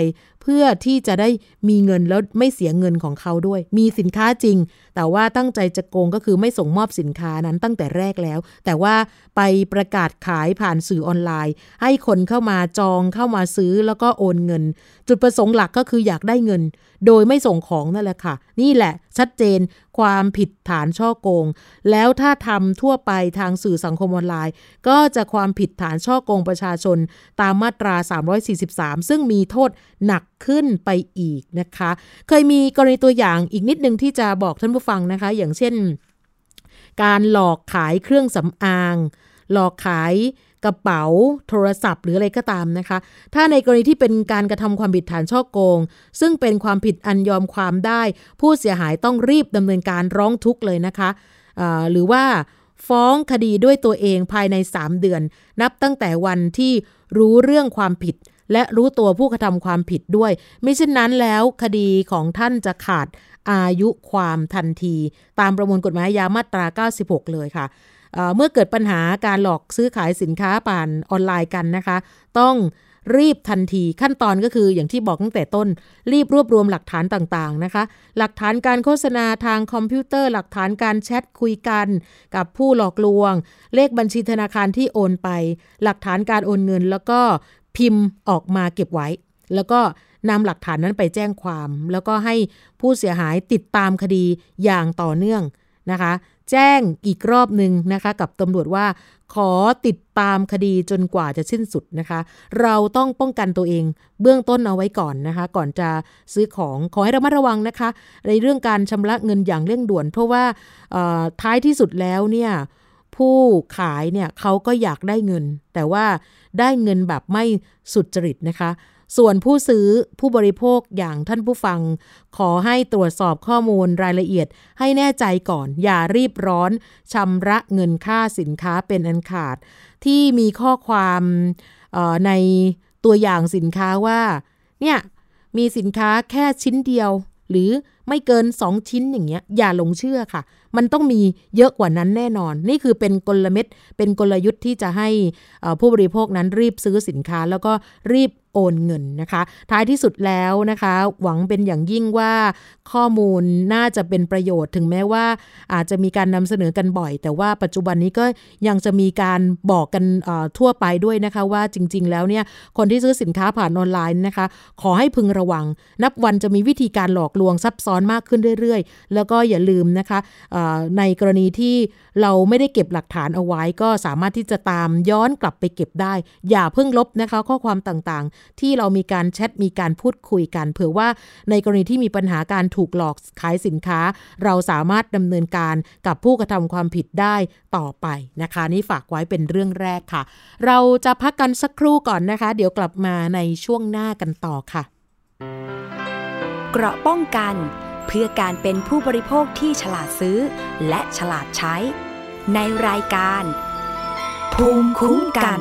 เพื่อที่จะได้มีเงินแล้วไม่เสียเงินของเขาด้วยมีสินค้าจริงแต่ว่าตั้งใจจะโกงก็คือไม่ส่งมอบสินค้านั้นตั้งแต่แรกแล้วแต่ว่าไปประกาศขายผ่านสื่อออนไลน์ให้คนเข้ามาจองเข้ามาซื้อแล้วก็โอนเงินจุดประสงค์หลักก็คืออยากได้เงินโดยไม่ส่งของนั่นแหละค่ะนี่แหละชัดเจนความผิดฐานฉ้อโกงแล้วถ้าทำทั่วไปทางสื่อสังคมออนไลน์ก็จะความผิดฐานฉ้อโกงประชาชนตามมาตรา343ซึ่งมีโทษหนักขึ้นไปอีกนะคะเคยมีกรณีตัวอย่างอีกนิดนึงที่จะบอกท่านผู้ฟังนะคะอย่างเช่นการหลอกขายเครื่องสำอางหลอกขายกระเป๋าโทรศัพท์หรืออะไรก็ตามนะคะถ้าในกรณีที่เป็นการกระทำความผิดฐานฉ้อโกงซึ่งเป็นความผิดอันยอมความได้ผู้เสียหายต้องรีบดำเนินการร้องทุกข์เลยนะคะหรือว่าฟ้องคดีด้วยตัวเองภายใน3เดือนนับตั้งแต่วันที่รู้เรื่องความผิดและรู้ตัวผู้กระทำความผิดด้วยมิฉะนั้นแล้วคดีของท่านจะขาดอายุความทันทีตามประมวลกฎหมายอาญามาตรา96เลยค่ะเมื่อเกิดปัญหาการหลอกซื้อขายสินค้าผ่านออนไลน์กันนะคะต้องรีบทันทีขั้นตอนก็คืออย่างที่บอกตั้งแต่ต้นรีบรวบรวมหลักฐานต่างๆนะคะหลักฐานการโฆษณาทางคอมพิวเตอร์หลักฐานการแชทคุยกันกับผู้หลอกลวงเลขบัญชีธนาคารที่โอนไปหลักฐานการโอนเงินแล้วก็พิมพ์ออกมาเก็บไว้แล้วก็นำหลักฐานนั้นไปแจ้งความแล้วก็ให้ผู้เสียหายติดตามคดีอย่างต่อเนื่องนะคะแจ้งอีกรอบนึงนะคะกับตำรวจว่าขอติดตามคดีจนกว่าจะสิ้นสุดนะคะเราต้องป้องกันตัวเองเบื้องต้นเอาไว้ก่อนนะคะก่อนจะซื้อของขอให้ระมัดระวังนะคะในเรื่องการชำระเงินอย่างเร่งด่วนเพราะว่าท้ายที่สุดแล้วเนี่ยผู้ขายเนี่ยเขาก็อยากได้เงินแต่ว่าได้เงินแบบไม่สุจริตนะคะส่วนผู้ซื้อผู้บริโภคอย่างท่านผู้ฟังขอให้ตรวจสอบข้อมูลรายละเอียดให้แน่ใจก่อนอย่ารีบร้อนชำระเงินค่าสินค้าเป็นอันขาดที่มีข้อความในตัวอย่างสินค้าว่าเนี่ยมีสินค้าแค่ชิ้นเดียวหรือไม่เกิน2ชิ้นอย่างเงี้ยอย่าหลงเชื่อค่ะมันต้องมีเยอะกว่านั้นแน่นอนนี่คือเป็นกลเม็ดเป็นกลยุทธ์ที่จะให้ผู้บริโภคนั้นรีบซื้อสินค้าแล้วก็รีบโอนเงินนะคะท้ายที่สุดแล้วนะคะหวังเป็นอย่างยิ่งว่าข้อมูลน่าจะเป็นประโยชน์ถึงแม้ว่าอาจจะมีการนำเสนอกันบ่อยแต่ว่าปัจจุบันนี้ก็ยังจะมีการบอกกันทั่วไปด้วยนะคะว่าจริงๆแล้วเนี่ยคนที่ซื้อสินค้าผ่านออนไลน์นะคะขอให้พึงระวังนับวันจะมีวิธีการหลอกลวงซับซ้อนมากขึ้นเรื่อยๆแล้วก็อย่าลืมนะคะในกรณีที่เราไม่ได้เก็บหลักฐานเอาไว้ก็สามารถที่จะตามย้อนกลับไปเก็บได้อย่าเพิ่งลบนะคะข้อความต่างๆที่เรามีการแชทมีการพูดคุยกันเผื่อว่าในกรณีที่มีปัญหาการถูกหลอกขายสินค้าเราสามารถดำเนินการกับผู้กระทำความผิดได้ต่อไปนะคะนี่ฝากไว้เป็นเรื่องแรกค่ะเราจะพักกันสักครู่ก่อนนะคะเดี๋ยวกลับมาในช่วงหน้ากันต่อค่ะเกราะป้องกันเพื่อการเป็นผู้บริโภคที่ฉลาดซื้อและฉลาดใช้ในรายการภูมิคุ้มกัน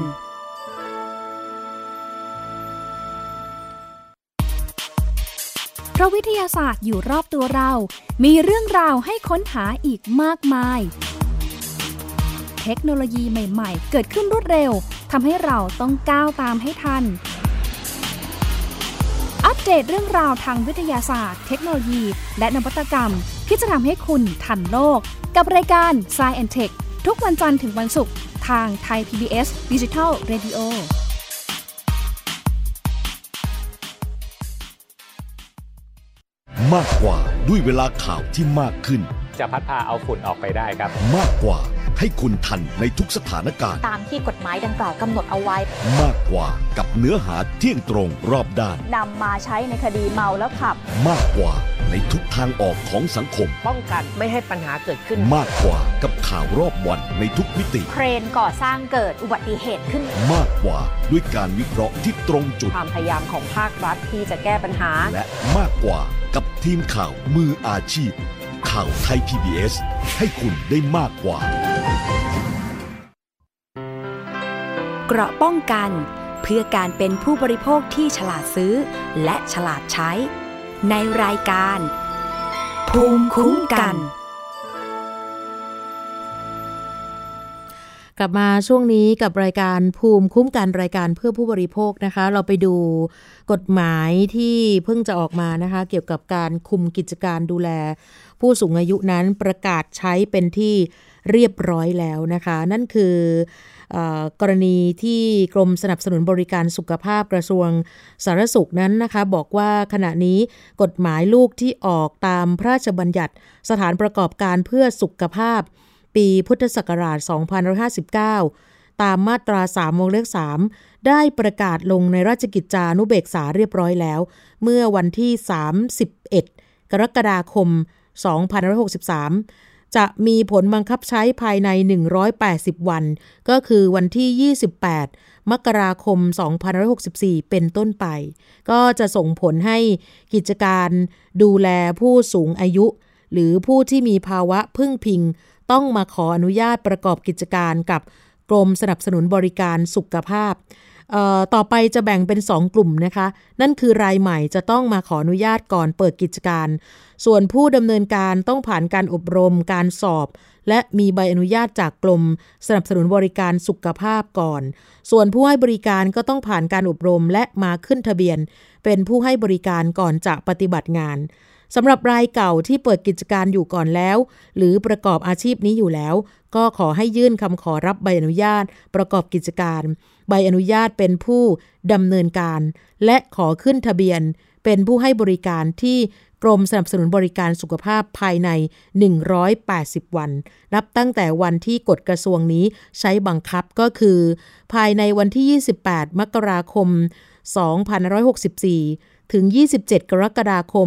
เพราะวิทยาศาสตร์อยู่รอบตัวเรามีเรื่องราวให้ค้นหาอีกมากมายเทคโนโลยีใหม่ๆเกิดขึ้นรวดเร็วทำให้เราต้องก้าวตามให้ทันอัปเดตเรื่องราวทางวิทยาศาสตร์เทคโนโลยีและนวัตกรรมที่จะทำให้คุณทันโลกกับรายการ Science and Tech ทุกวันจันทร์ถึงวันศุกร์ทาง Thai PBS Digital Radio มากกว่าด้วยเวลาข่าวที่มากขึ้นจะพัดพาเอาฝุ่นออกไปได้ครับมากกว่าให้คุณทันในทุกสถานการณ์ตามที่กฎหมายดังกล่าวกำหนดเอาไว้มากกว่ากับเนื้อหาเที่ยงตรงรอบด้านนำมาใช้ในคดีเมาแล้วขับมากกว่าในทุกทางออกของสังคมป้องกันไม่ให้ปัญหาเกิดขึ้นมากกว่ากับข่าวรอบวันในทุกมิติเครนก่อสร้างเกิดอุบัติเหตุขึ้นมากกว่าด้วยการวิเคราะห์ที่ตรงจุดความพยายามของภาครัฐที่จะแก้ปัญหาและมากกว่ากับทีมข่าวมืออาชีพข่าวไทย PBS ให้คุณได้มากกว่าเกราะป้องกันเพื่อการเป็นผู้บริโภคที่ฉลาดซื้อและฉลาดใช้ในรายการภูมิคุ้มกันกลับมาช่วงนี้กับรายการภูมิคุ้มกันรายการเพื่อผู้บริโภคนะคะเราไปดูกฎหมายที่เพิ่งจะออกมานะคะเกี่ยวกับการคุมกิจการดูแลผู้สูงอายุนั้นประกาศใช้เป็นที่เรียบร้อยแล้วนะคะนั่นคือกรณีที่กรมสนับสนุนบริการสุขภาพกระทรวงสาธารณสุขนั้นนะคะบอกว่าขณะนี้กฎหมายลูกที่ออกตามพระราชบัญญัติสถานประกอบการเพื่อสุขภาพปีพุทธศักราช 2559 ตามมาตรา 3 วงเล็บ 3 ได้ประกาศลงในราชกิจจานุเบกษาเรียบร้อยแล้วเมื่อวันที่ 31 กรกฎาคม 2563 จะมีผลบังคับใช้ภายใน 180 วันก็คือวันที่ 28 มกราคม 2564 เป็นต้นไปก็จะส่งผลให้กิจการดูแลผู้สูงอายุหรือผู้ที่มีภาวะพึ่งพิงต้องมาขออนุญาตประกอบกิจการกับกรมสนับสนุนบริการสุขภาพต่อไปจะแบ่งเป็น2กลุ่มนะคะนั่นคือรายใหม่จะต้องมาขออนุญาตก่อนเปิดกิจการส่วนผู้ดำเนินการต้องผ่านการอบรมการสอบและมีใบอนุญาตจากกรมสนับสนุนบริการสุขภาพก่อนส่วนผู้ให้บริการก็ต้องผ่านการอบรมและมาขึ้นทะเบียนเป็นผู้ให้บริการก่อนจะปฏิบัติงานสำหรับรายเก่าที่เปิดกิจการอยู่ก่อนแล้วหรือประกอบอาชีพนี้อยู่แล้วก็ขอให้ยื่นคำขอรับใบอนุญาตประกอบกิจการใบอนุญาตเป็นผู้ดำเนินการและขอขึ้นทะเบียนเป็นผู้ให้บริการที่กรมสนับสนุนบริการสุขภาพภายใน180วันนับตั้งแต่วันที่กฎกระทรวงนี้ใช้บังคับก็คือภายในวันที่28มกราคม2564ถึง27กรกฎาคม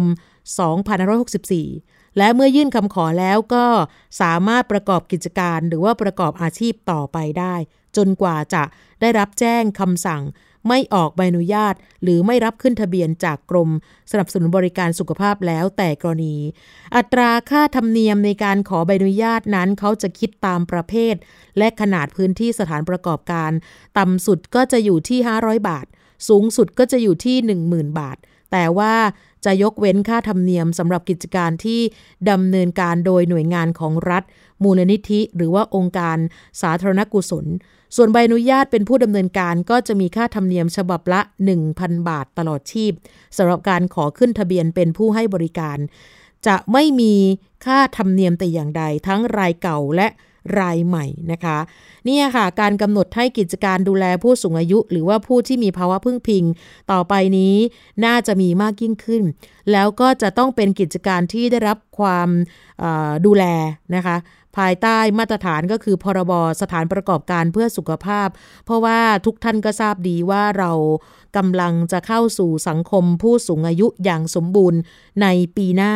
2564และเมื่อยื่นคำขอแล้วก็สามารถประกอบกิจการหรือว่าประกอบอาชีพต่อไปได้จนกว่าจะได้รับแจ้งคำสั่งไม่ออกใบอนุญาตหรือไม่รับขึ้นทะเบียนจากกรมสนับสนุนบริการสุขภาพแล้วแต่กรณีอัตราค่าธรรมเนียมในการขอใบอนุญาตนั้นเขาจะคิดตามประเภทและขนาดพื้นที่สถานประกอบการต่ำสุดก็จะอยู่ที่500บาทสูงสุดก็จะอยู่ที่ 10,000 บาทแต่ว่าจะยกเว้นค่าธรรมเนียมสำหรับกิจการที่ดำเนินการโดยหน่วยงานของรัฐมูลนิธิหรือว่าองค์การสาธารณกุศลส่วนใบอนุญาตเป็นผู้ดำเนินการก็จะมีค่าธรรมเนียมฉบับละ 1,000 บาทตลอดชีพสำหรับการขอขึ้นทะเบียนเป็นผู้ให้บริการจะไม่มีค่าธรรมเนียมแต่อย่างใดทั้งรายเก่าและรายใหม่นะคะนี่ค่ะการกำหนดให้กิจการดูแลผู้สูงอายุหรือว่าผู้ที่มีภาวะพึ่งพิงต่อไปนี้น่าจะมีมากยิ่งขึ้นแล้วก็จะต้องเป็นกิจการที่ได้รับความดูแลนะคะภายใต้มาตรฐานก็คือพรบสถานประกอบการเพื่อสุขภาพเพราะว่าทุกท่านก็ทราบดีว่าเรากำลังจะเข้าสู่สังคมผู้สูงอายุอย่างสมบูรณ์ในปีหน้า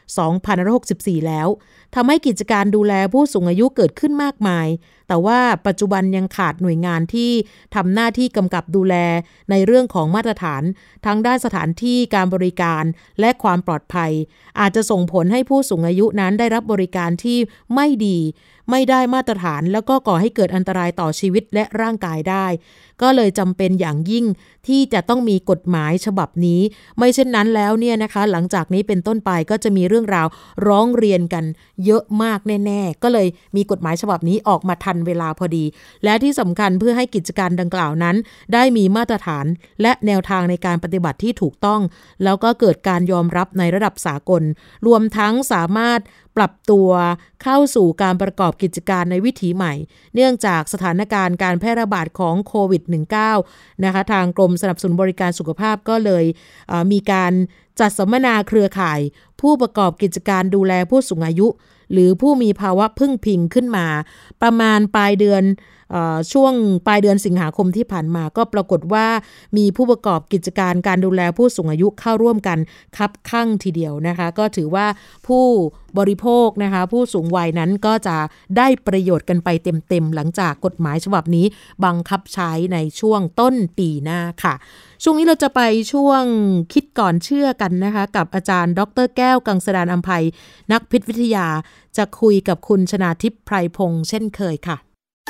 2564แล้วทำให้กิจการดูแลผู้สูงอายุเกิดขึ้นมากมายแต่ว่าปัจจุบันยังขาดหน่วยงานที่ทำหน้าที่กำกับดูแลในเรื่องของมาตรฐานทั้งด้านสถานที่การบริการและความปลอดภัยอาจจะส่งผลให้ผู้สูงอายุนั้นได้รับบริการที่ไม่ดีไม่ได้มาตรฐานแล้วก็ก่อให้เกิดอันตรายต่อชีวิตและร่างกายได้ก็เลยจำเป็นอย่างยิ่งที่จะต้องมีกฎหมายฉบับนี้ไม่เช่นนั้นแล้วเนี่ยนะคะหลังจากนี้เป็นต้นไปก็จะมีเรื่องราวร้องเรียนกันเยอะมากแน่ๆก็เลยมีกฎหมายฉบับนี้ออกมาทันเวลาพอดีและที่สำคัญเพื่อให้กิจการดังกล่าวนั้นได้มีมาตรฐานและแนวทางในการปฏิบัติที่ถูกต้องแล้วก็เกิดการยอมรับในระดับสากลรวมทั้งสามารถปรับตัวเข้าสู่การประกอบกิจการในวิถีใหม่เนื่องจากสถานการณ์การแพร่ระบาดของโควิด -19 นะคะทางกรมสนับสนุนบริการสุขภาพก็เลยมีการจัดสัมมนาเครือข่ายผู้ประกอบกิจการดูแลผู้สูงอายุหรือผู้มีภาวะพึ่งพิงขึ้นมาประมาณปลายเดือนช่วงปลายเดือนสิงหาคมที่ผ่านมาก็ปรากฏว่ามีผู้ประกอบกิจการการดูแลผู้สูงอายุเข้าร่วมกันคับคั่งทีเดียวนะคะก็ถือว่าผู้บริโภคนะคะผู้สูงวัยนั้นก็จะได้ประโยชน์กันไปเต็มๆหลังจากกฎหมายฉบับนี้บังคับใช้ในช่วงต้นปีหน้าค่ะช่วงนี้เราจะไปช่วงคิดก่อนเชื่อกันนะคะกับอาจารย์ดร.แก้วกังสดาลอำไพนักพิษวิทยาจะคุยกับคุณชนาทิพย์ไพรพงษ์เช่นเคยค่ะ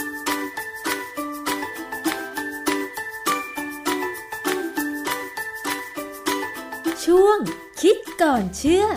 ช่วงคิดก่อนเชื่อ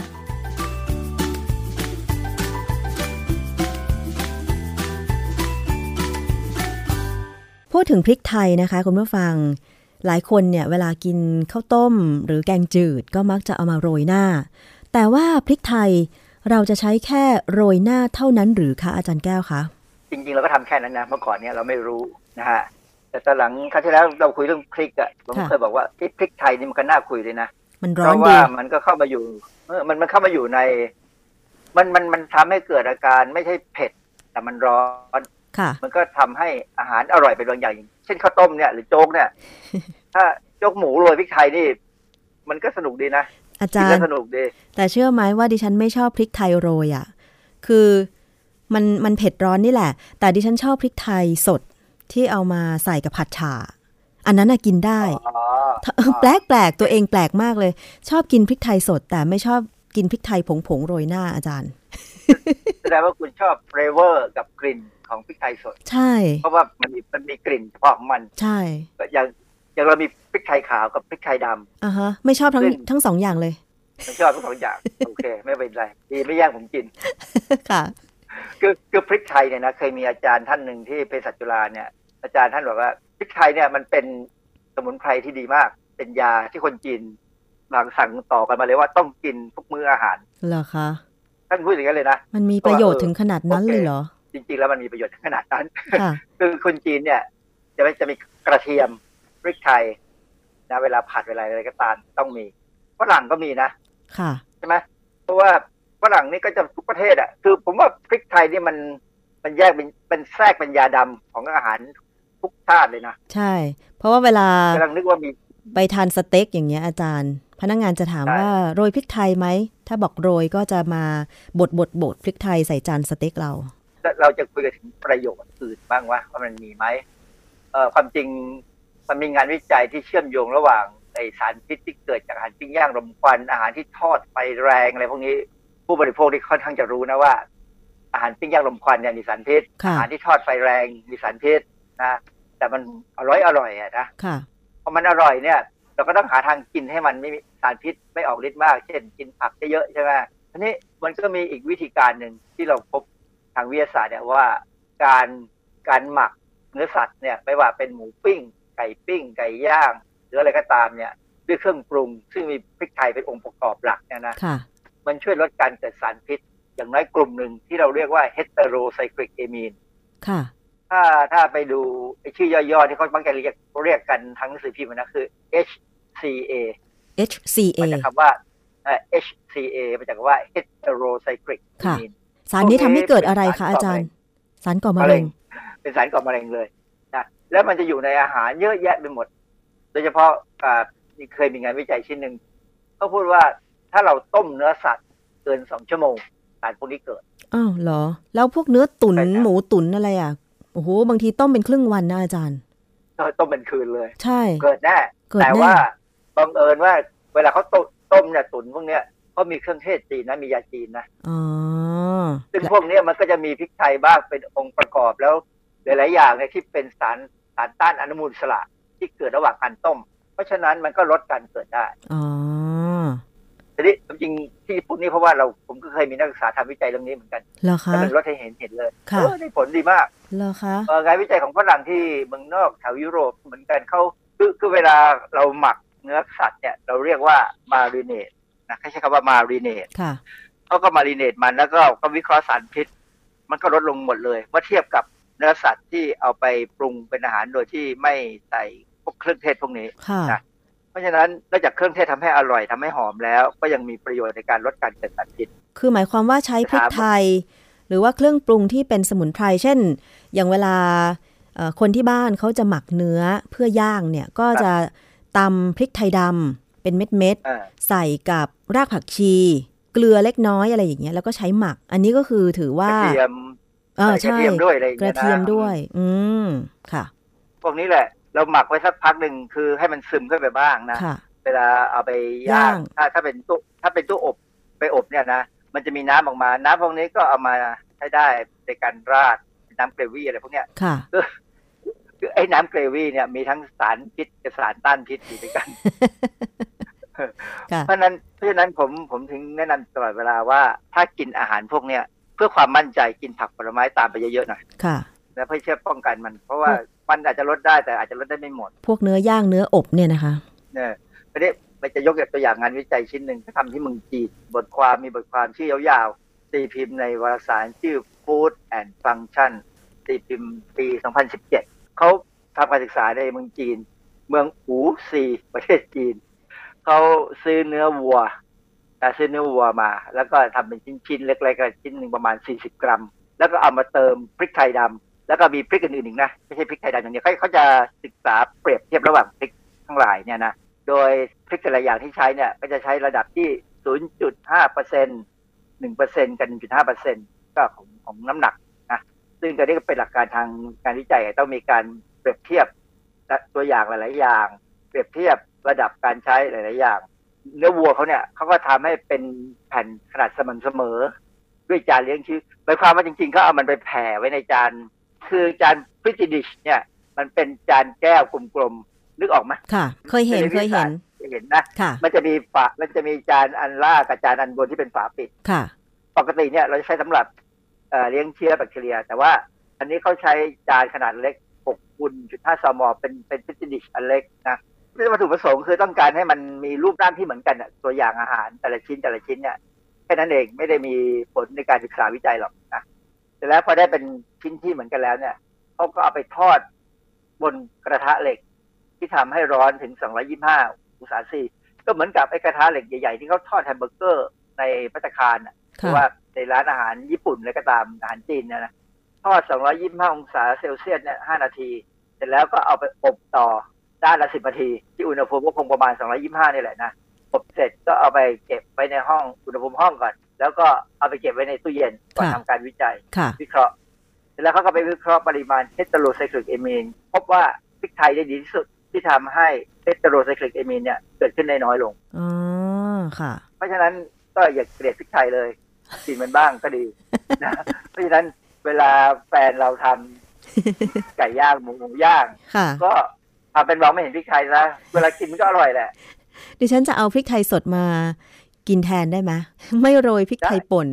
ดถึงพริกไทยนะคะคุณผู้ฟังหลายคนเนี่ยเวลากินข้าวต้มหรือแกงจืดก็มักจะเอามาโรยหน้าแต่ว่าพริกไทยเราจะใช้แค่โรยหน้าเท่านั้นหรือคะอาจารย์แก้วคะจริงๆเราก็ทำแค่นั้นนะเมื่อก่อนเนี่ยเราไม่รู้นะฮะแต่ตอนหลังครั้งที่แล้วเราคุยเรื่องพริกอ่ะผมเคยบอกว่าพริกไทยนี่มันก็น่าคุยเลยนะมันร้อนดีเพราะว่ามันก็เข้ามาอยู่มันเข้ามาอยู่ในมันทำให้เกิดอาการไม่ใช่เผ็ดแต่มันร้อนมันก็ทำให้อาหารอร่อยเป็นบางอย่างเช่นข้าวต้มเนี่ยหรือโจ๊กเนี่ยถ้าโจ๊กหมูโรยพริกไทยนี่มันก็สนุกดีนะอาจารย์สนุกดีแต่เชื่อไหมว่าดิฉันไม่ชอบพริกไทยโรยอ่ะคือมันเผ็ดร้อนนี่แหละแต่ดิฉันชอบพริกไทยสดที่เอามาใส่กับผัดฉ่าอันนั้นน่ะกินได้แปลกตัวเองแปลกมากเลยชอบกินพริกไทยสดแต่ไม่ชอบกินพริกไทยผงโรยหน้าอาจารย์แสดงว่าคุณชอบเฟลเวอร์กับกลิ่นของพริกไทยสดใช่เพราะว่ามันมีกลิ่นเฉพาะของมันใช่อย่างเรามีพริกไทยขาวกับพริกไทยดำฮะไม่ชอบทั้งสองอย่างเลยไม่ชอบทั้งสองอย่างโอเคไม่เป็นไรดีไม่แย่งผมกินค่ะคือพริกไทยเนี่ยนะเคยมีอาจารย์ท่านหนึ่งที่เภสัชจุฬาเนี่ยอาจารย์ท่านบอกว่าพริกไทยเนี่ยมันเป็นสมุนไพรที่ดีมากเป็นยาที่คนจีนบางสั่งต่อกันมาเลยว่าต้องกินทุกมื้ออาหารเหรอคะท่านพูดอย่างนั้นเลยนะมันมีประโยชน์ถึงขนาดนั้นเลยเหรอจริงๆแล้วมันมีประโยชน์ถึงขนาดนั้นคือคนจีนเนี่ยจะมีกระเทียมพริกไทยนะเวลาผัดเวลาอะไรก็ตามต้องมีฝรั่งก็มีนะค่ะใช่ไหมเพราะว่าฝรั่งนี่ก็จะทุกประเทศอ่ะคือผมว่าพริกไทยนี่มันแยกเป็นแทรกเป็นยาดำของอาหารทุกชาติเลยนะใช่เพราะว่าเวลากำลังนึกว่ามีไปทานสเต็กอย่างเงี้ยอาจารย์พนักงานจะถามว่าโรยพริกไทยไหมถ้าบอกโรยก็จะมาบดพริกไทยใส่จานสเต็กเราจะคุยกันถึงประโยชน์อื่นบ้างว่ามันมีไหมความจริงมันมีงานวิจัยที่เชื่อมโยงระหว่างไอสารพิษที่เกิดจากอาหารปิ้งย่างรมควันอาหารที่ทอดไฟแรงอะไรพวกนี้ผู้บริโภคที่ค่อนข้างจะรู้นะว่าอาหารปิ้งย่างรมควันเนี่ยมีสารพิษอาหารที่ทอดไฟแรงมีสารพิษนะแต่มันอร่อยอ่ะนะพอมันอร่อยเนี่ยเราก็ต้องหาทางกินให้มันไม่มีสารพิษไม่ออกฤทธิ์มากเช่นกินผักเยอะๆใช่ไหมทีนี้มันก็มีอีกวิธีการหนึ่งที่เราพบทางวิทยาศาสตร์เนี่ยว่าการหมักเนื้อสัตว์เนี่ยไม่ว่าเป็นหมูปิ้งไก่ปิ้งไก่ย่างหรืออะไรก็ตามเนี่ยด้วยเครื่องปรุงซึ่งมีพริกไทยเป็นองค์ประกอบหลักเนี่ยนะมันช่วยลดการเกิดสารพิษอย่างน้อยกลุ่มหนึ่งที่เราเรียกว่า heterocyclic amine ค่ะถ้าไปดูชื่อย่อๆที่เขาบางทีเรียกกันทั้งหนังสือพิมพ์นะคือ HCA มาจากคำว่าHCA มาจากว่า heterocyclic amine สารนี้ทำให้เกิดอะไรคะอาจารย์สารก่อมะเร็งเป็นสารก่อมะเร็งเลยนะแล้วมันจะอยู่ในอาหารเยอะแยะไปหมดโดยเฉพาะเคยมีงานวิจัยชิ้นหนึ่งเขาพูดว่าถ้าเราต้มเนื้อสัตว์เกิน2 ชั่วโมงสารพวกนี้เกิดอ้าวเหรอแล้วพวกเนื้อตุ๋นหมูตุ๋นอะไรอ่ะโอ้โหบางทีต้มเป็นครึ่งวันนะอาจารย์ต้มเป็นคืนเลยใช่เกิดแน่แต่ว่าบังเอิญว่าเวลาเขาต้มเนี่ยตุ๋นพวกเนี้ยเขามีเครื่องเทศจีนนะมียาจีนนะซึ่งพวกนี้มันก็จะมีพริกไทยบ้างเป็นองค์ประกอบแล้วหลายๆอย่างเนี่ยที่เป็นสารต้านอนุมูลอิสระที่เกิดระหว่างการต้มเพราะฉะนั้นมันก็ลดการเกิดได้ทีนี้จริงที่พูดนี้เพราะว่าผมก็เคยมีนักศึกษาทำวิจัยเรื่องนี้เหมือนกันแล้วมันลดให้เห็นเลยได้ผลดีมากแล้วคะงานวิจัยของฝรั่งที่เมืองนอกแถวยุโรปเหมือนกันเขาคือเวลาเราหมักเนื้อสัตว์เนี่ยเราเรียกว่ามารีเนตนะใช้คำว่ามารีเนตเขาก็มารีเนตมันแล้วก็วิเคราะห์สารพิษมันก็ลดลงหมดเลยเมื่อเทียบกับเนื้อสัตว์ที่เอาไปปรุงเป็นอาหารโดยที่ไม่ใส่พวกเครื่องเทศพวกนี้นะเพราะฉะนั้นนอกจากเครื่องเทศทำให้อร่อยทำให้หอมแล้วก็ยังมีประโยชน์ในการลดการเกิดสารพิษคือหมายความว่าใช้พริกไทยหรือว่าเครื่องปรุงที่เป็นสมุนไพรเช่นอย่างเวลาคนที่บ้านเขาจะหมักเนื้อเพื่อย่างเนี่ยก็จะตำพริกไทยดำเป็นเม็ดๆใส่กับรากผักชีเกลือเล็กน้อยอะไรอย่างเงี้ยแล้วก็ใช้หมักอันนี้ก็คือถือว่ากระเทียมใช่กระเทียมด้วยค่ะพวกนี้แหละเราหมักไว้สักพักหนึ่งคือให้มันซึมเข้าไปบ้างนะเวลาเอาไปย่างถ้าเป็นตู้อบไปอบเนี่ยนะมันจะมีน้ำออกมาน้ำพวกนี้ก็เอามาใช้ได้ในการราดน้ำเกรวี่อะไรพวกเนี้ยคือไอ้น้ำเกรวี่เนี่ยมีทั้งสารพิษกับสารต้านพิษอยู่ด้วยกันเพราะฉะนั้นผมถึงแนะนำตลอดเวลาว่าถ้ากินอาหารพวกเนี้ยเพื่อความมั่นใจกินผักผลไม้ตามไปเยอะๆหน่อยแล้วเพื่อป้องกันมันเพราะว่ามันอาจจะลดได้แต่อาจจะลดได้ไม่หมดพวกเนื้อย่างเนื้ออบเนี่ยนะคะเนี่ยประเด็นมันจะยกตัวอย่างงานวิจัยชิ้นหนึ่งที่ทำที่เมืองจีนบทความชื่อยาวๆตีพิมพ์ในวารสารชื่อ Food and Function ตีพิมพ์ปี 2017 เขาทำการศึกษาในเมืองจีนเมืองอู่ซีประเทศจีนเขาซื้อเนื้อวัวมาแล้วก็ทำเป็นชิ้นๆเล็กๆชิ้นหนึ่งประมาณ40 กรัมแล้วก็เอามาเติมพริกไทยดำแล้วก็มีพริกอื่นๆอีกนะไม่ใช่พริกไทยดำอย่างเดียวเขาจะศึกษาเปรียบเทียบระหว่างพริกทั้งหลายเนี่ยนะโดยพริกแต่ละอย่างที่ใช้เนี่ยก็จะใช้ระดับที่ 0.5% 1% กับ 1.5% ก็ของน้ำหนักนะซึ่งก็นี่ก็เป็นหลักการทางการวิจัยต้องมีการเปรียบเทียบตัวอย่างหลายๆอย่างเปรียบเทียบระดับการใช้หลายๆอย่างเนื้อวัวเขาเนี่ยเขาก็ทำให้เป็นแผ่นขนาดสม่ำเสมอด้วยจานเลี้ยงชีพหมายความว่าจริงๆเขาเอามันไปแผ่ไว้ในจานคือจานพริตติดิชเนี่ยมันเป็นจานแก้วกลมๆนึกออกไหมค่ะเคยเห็นนะมันจะมีจานอันล่างกับจานอันบนที่เป็นฝาปิดค่ะปกติเนี่ยเราใช้สำหรับเลี้ยงเชื้อแบคทีเรียแต่ว่าอันนี้เขาใช้จานขนาดเล็ก6x5 ซมเป็นพริตติดิชอันเล็กนะวัตถุประสงค์คือต้องการให้มันมีรูปร่างที่เหมือนกันตัวอย่างอาหารแต่ละชิ้นเนี่ยแค่นั้นเองไม่ได้มีผลในการศึกษาวิจัยหรอกนะแต่แล้วพอได้เป็นชิ้นที่เหมือนกันแล้วเนี่ยเขาก็เอาไปทอดบนกระทะเหล็กที่ทำให้ร้อนถึง225องศาเซลเซียสก็เหมือนกับไอ้กระทะเหล็กใหญ่ๆที่เขาทอดแฮมเบอร์เกอร์ในภัตตาคารหรือว่าในร้านอาหารญี่ปุ่นอะไรก็ตามอาหารจีนเนี่ยนะทอด225องศาเซลเซียสเนี่ย5นาทีเสร็จแล้วก็เอาไปอบต่อด้านละ10นาทีที่อุณหภูมิก็คงประมาณ225นี่แหละนะอบเสร็จก็เอาไปเก็บไว้ในห้องอุณหภูมิห้องก่อนแล้วก็เอาไปเก็บไว้ในตู้เย็นก่อนทำการวิจัยวิเคราะห์เสร็จแล้วเขาก็ไปวิเคราะห์ปริมาณเฮตโรไซคลิกเอมีนพบว่าพริกไทยได้ดีที่สุดที่ทำให้เฮตโรไซคลิกเอมีนเนี่ยเกิดขึ้นได้น้อยลงค่ะเพราะฉะนั้นก็อย่าเกลียดพริกไทยเลยกินมันบ้างก็ดีนะเพราะฉะนั้นเวลาแฟนเราทำไก่ย่างหมูย่างก็ทำเป็นมองไม่เห็นพริกไทยซะเวลากินมันก็อร่อยแหละดิฉันจะเอาพริกไทยสดมากินแทนได้ไหมไม่โรยพริกไทยป่น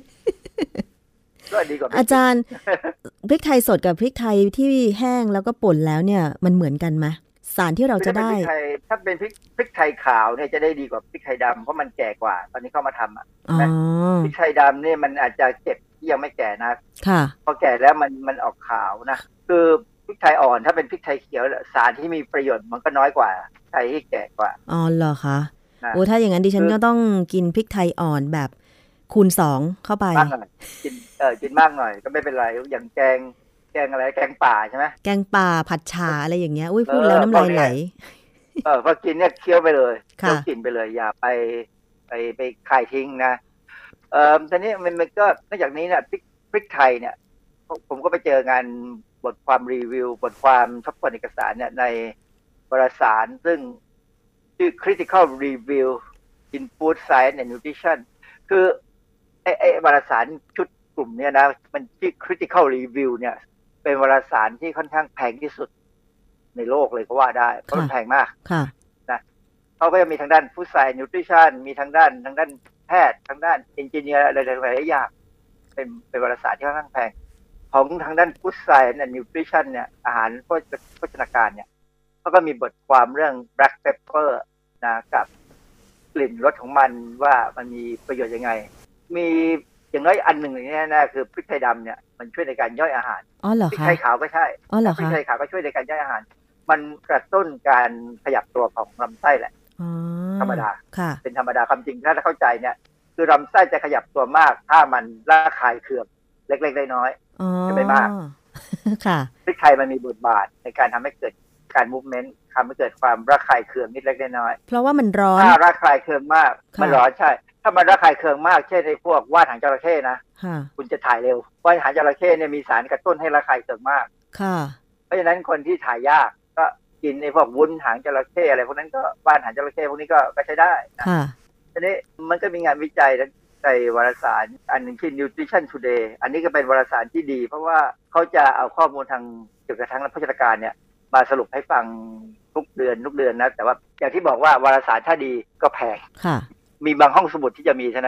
ก็ดีกว่าอาจารย์พริกไทยสดกับพริกไทยที่แห้งแล้วก็ป่นแล้วเนี่ยมันเหมือนกันไหมสารที่เราจะได้ถ้าเป็นพริกไทยขาวเนี่ยจะได้ดีกว่าพริกไทยดำเพราะมันแก่กว่าตอนนี้เข้ามาทำพริกไทยดำเนี่ยมันอาจจะเก็บที่ยังไม่แก่นะพอแก่แล้วมันออกขาวนะคือพริกไทยอ่อนถ้าเป็นพริกไทยเขียวสารที่มีประโยชน์มันก็น้อยกว่าไทยที่แก่กว่าอ๋อเหรอคะโอ้ถ้าอย่างนั้นดิฉันก็ต้องกินพริกไทยอ่อนแบบคูณ2เข้าไปกินมากหน่อยก็ไม่เป็นไรอย่างแกงอะไรแกงป่าใช่ไหมแกงป่าผัดฉ่าอะไรอย่างเงี้ยอุ้ยพูดแล้วน้ำลายไหลพอกินเนี่ยเคี้ยวไปเลยเคี้ยวกินไปเลยอย่าไปคายทิ้งนะทีนี้มันก็นอกจากนี้เนี่ยพริกไทยเนี่ยผมก็ไปเจองานบทความรีวิวบทความทบทวนเอกสารเนี่ยในวารสารซึ่งชื่อ Critical Review in Food Science and Nutrition คือไอ้วารสารชุดกลุ่มเนี่ยนะมันชื่อ Critical Review เนี่ยเป็นวารสารที่ค่อนข้างแพงที่สุดในโลกเลยก็ว่าได้เพราะมันแพงมากนะเขาก็จะมีทางด้าน Food Science Nutrition มีทางด้านแพทย์ทางด้าน Engineer อะไรหลายๆอย่างเป็นวารสารที่ค่อนข้างแพงของทางด้าน Food Science and Nutrition เนี่ยอาหารโภชนาการเนี่ยเขาก็มีบทความเรื่อง Black Pepper นะกับกลิ่นรสของมันว่ามันมีประโยชน์ยังไงมีอย่างน้อยอันหนึ่งอย่างนี้นะคือพริกไทยดำเนี่ยมันช่วยในการย่อยอาหารพริกไทยขาวก็ใช่พริกไทยขาวก็ช่วยในการย่อยอาหารมันกระตุ้นการขยับตัวของลำไส้แหละธรรมดาเป็นธรรมดาความจริงถ้าเข้าใจเนี่ยคือลำไส้จะขยับตัวมากถ้ามันระคายเคืองเล็กๆน้อยๆไม่มากพริกไทยมันมีบทบาทในการทำให้เกิดการมูฟเมนต์ทำให้เกิดความระคายเคืองนิดเล็กน้อยเพราะว่ามันร้อนถ้าระคายเคืองมากมันร้อนใช่ถ้ามันระคายเคืองมากเช่นในพวกว่านหางจระเข้นะคุณจะถ่ายเร็วว่านหางจระเข้เนี่ยมีสารกระตุ้นให้ระคายเคืองมากเพราะฉะนั้นคนที่ถ่ายยากก็กินในพวกวุ้นหางจระเข้อะไรพวกนั้นก็ว่านหางจระเข้พวกนี้ก็ใช้ได้ทีนี้มันก็มีงานวิจัยในวารสารอันหนึ่งชื่อ Nutrition Today อันนี้ก็เป็นวารสารที่ดีเพราะว่าเขาจะเอาข้อมูลทางเกี่ยวกับทางโภชนาการเนี่ยมาสรุปให้ฟังทุกเดือนนะแต่ว่าอย่างที่บอกว่าวารสารถ้าดีก็แพงมีบางห้องสมุดที่จะมีเท่านั้นเอง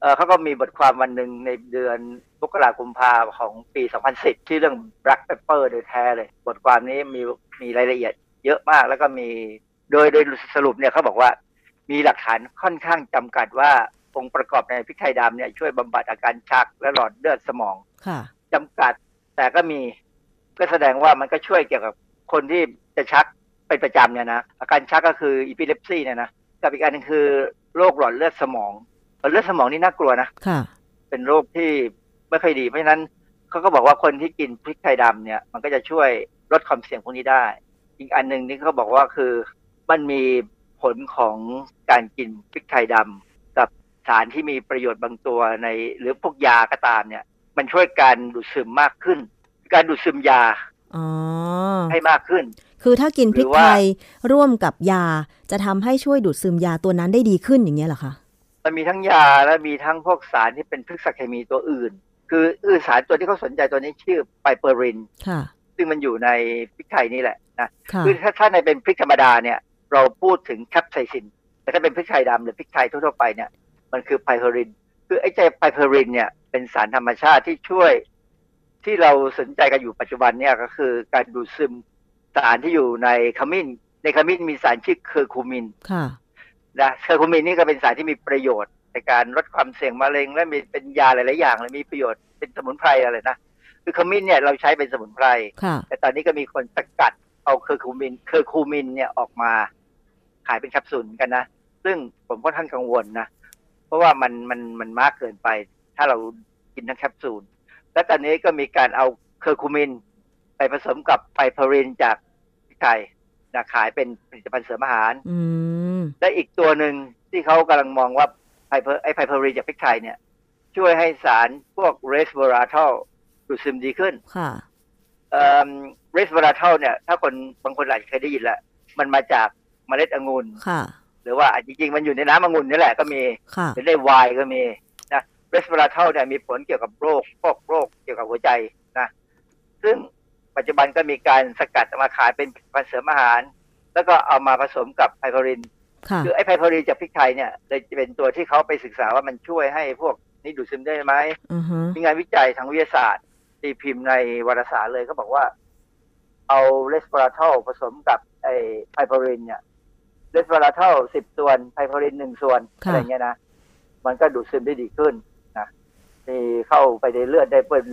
เขาก็มีบทความวันหนึ่งในเดือนมกราคมกุมภาพันธ์ของปี 2010 ที่เรื่อง Black Pepper โดยแท้เลยบทความนี้มีรายละเอียดเยอะมากแล้วก็มีโดยสรุปเนี่ยเขาบอกว่ามีหลักฐานค่อนข้างจำกัดว่าองค์ประกอบในพริกไทยดำเนี่ยช่วยบำบัดอาการชักและหลอดเลือดสมองจำกัดแต่ก็มีก็แสดงว่ามันก็ช่วยเกี่ยวกับคนที่จะชักเป็นประจำเนี่ยนะอาการชักก็คืออีพิเลปซี่เนี่ยนะกับอีกอันนึงคือโรคหลอดเลือดสมองหลอดเลือดสมองนี่น่ากลัวนะเป็นโรคที่ไม่ค่อยดีเพราะฉะนั้นเขาก็บอกว่าคนที่กินพริกไทยดำเนี่ยมันก็จะช่วยลดความเสี่ยงพวกนี้ได้อีกอันนึงนี่เขาบอกว่าคือมันมีผลของการกินพริกไทยดำกับสารที่มีประโยชน์บางตัวในหรือพวกยาก็ตามเนี่ยมันช่วยการดูดซึมมากขึ้นการดูดซึมยาให้มากขึ้นคือถ้ากินพริกไทยร่วมกับยาจะทำให้ช่วยดูดซึมยาตัวนั้นได้ดีขึ้นอย่างเงี้ยเหรอคะมันมีทั้งยาและมีทั้งพวกสารที่เป็นพฤกษเคมีตัวอื่นคือสารตัวที่เขาสนใจตัวนี้ชื่อไพเปอรินซึ่งมันอยู่ในพริกไทยนี่แหละนะคือถ้าในเป็นพริกธรรมดาเนี่ยเราพูดถึงแคปไซซินแต่ถ้าเป็นพริกไทยดำหรือพริกไทยทั่วๆไปเนี่ยมันคือไพเปอรินคือไอ้ไพเปอรินเนี่ยเป็นสารธรรมชาติที่ช่วยที่เราสนใจกันอยู่ปัจจุบันเนี่ยก็คือการดูดซึมสารที่อยู่ในขมิ้นในขมิ้นมีสารชื่อเคอร์คูมินนะเคอร์คูมินนี่ก็เป็นสารที่มีประโยชน์ในการลดความเสี่ยงมะเร็งและมีเป็นยาหลายๆอย่างเลยมีประโยชน์เป็นสมุนไพรอะไรนะคือขมิ้นเนี่ยเราใช้เป็นสมุนไพรแต่ตอนนี้ก็มีคนสกัดเอาเคอร์คูมินเนี่ยออกมาขายเป็นแคปซูลกันนะซึ่งผมค่อนข้างกังวลนะเพราะว่ามันมากเกินไปถ้าเรากินทั้งแคปซูลและตอนนี้ก็มีการเอาเคอร์คูมินไปผสมกับไพเปอรินจากพริกไทยนะขายเป็นผลิตภัณฑ์เสริมอาหารและอีกตัวหนึ่งที่เขากำลังมองว่าไพเปอรินจากพริกไทยเนี่ยช่วยให้สารพวกเรสเวอราทอลดูดซึมดีขึ้นเรสเวอราทอลเนี่ยถ้าคนบางคนอาจจะเคยได้ยินแล้วมันมาจากเมล็ดองุ่นหรือว่าจริงๆมันอยู่ในน้ำองุ่นนี่แหละก็มีหรือในไวน์ก็มีนะเรสเวอราทอลเนี่ยมีผลเกี่ยวกับโรคเกี่ยวกับหัวใจนะซึ่งปัจจุบันก็มีการสกัดมาขายเป็นผลิตภัณฑ์เสริมอาหารแล้วก็เอามาผสมกับไพเปอรินคือไอ้ไพเปอรินจากพริกไทยเนี่ยเลยจะเป็นตัวที่เขาไปศึกษาว่ามันช่วยให้พวกนี้ดูดซึมได้ไหมมีงานวิจัยทางวิทยาศาสตร์ตีพิมพ์ในวารสารเลยเขาบอกว่าเอาเรสเวอราทอลผสมกับไอ้ไพเปอรินเนี่ยเรสเวอราทอล10 ส่วนไพเปอริน1 ส่วนอะไรเงี้ยนะมันก็ดูดซึมได้ดีขึ้นนะมีเข้าไปในเลือดได้เป็น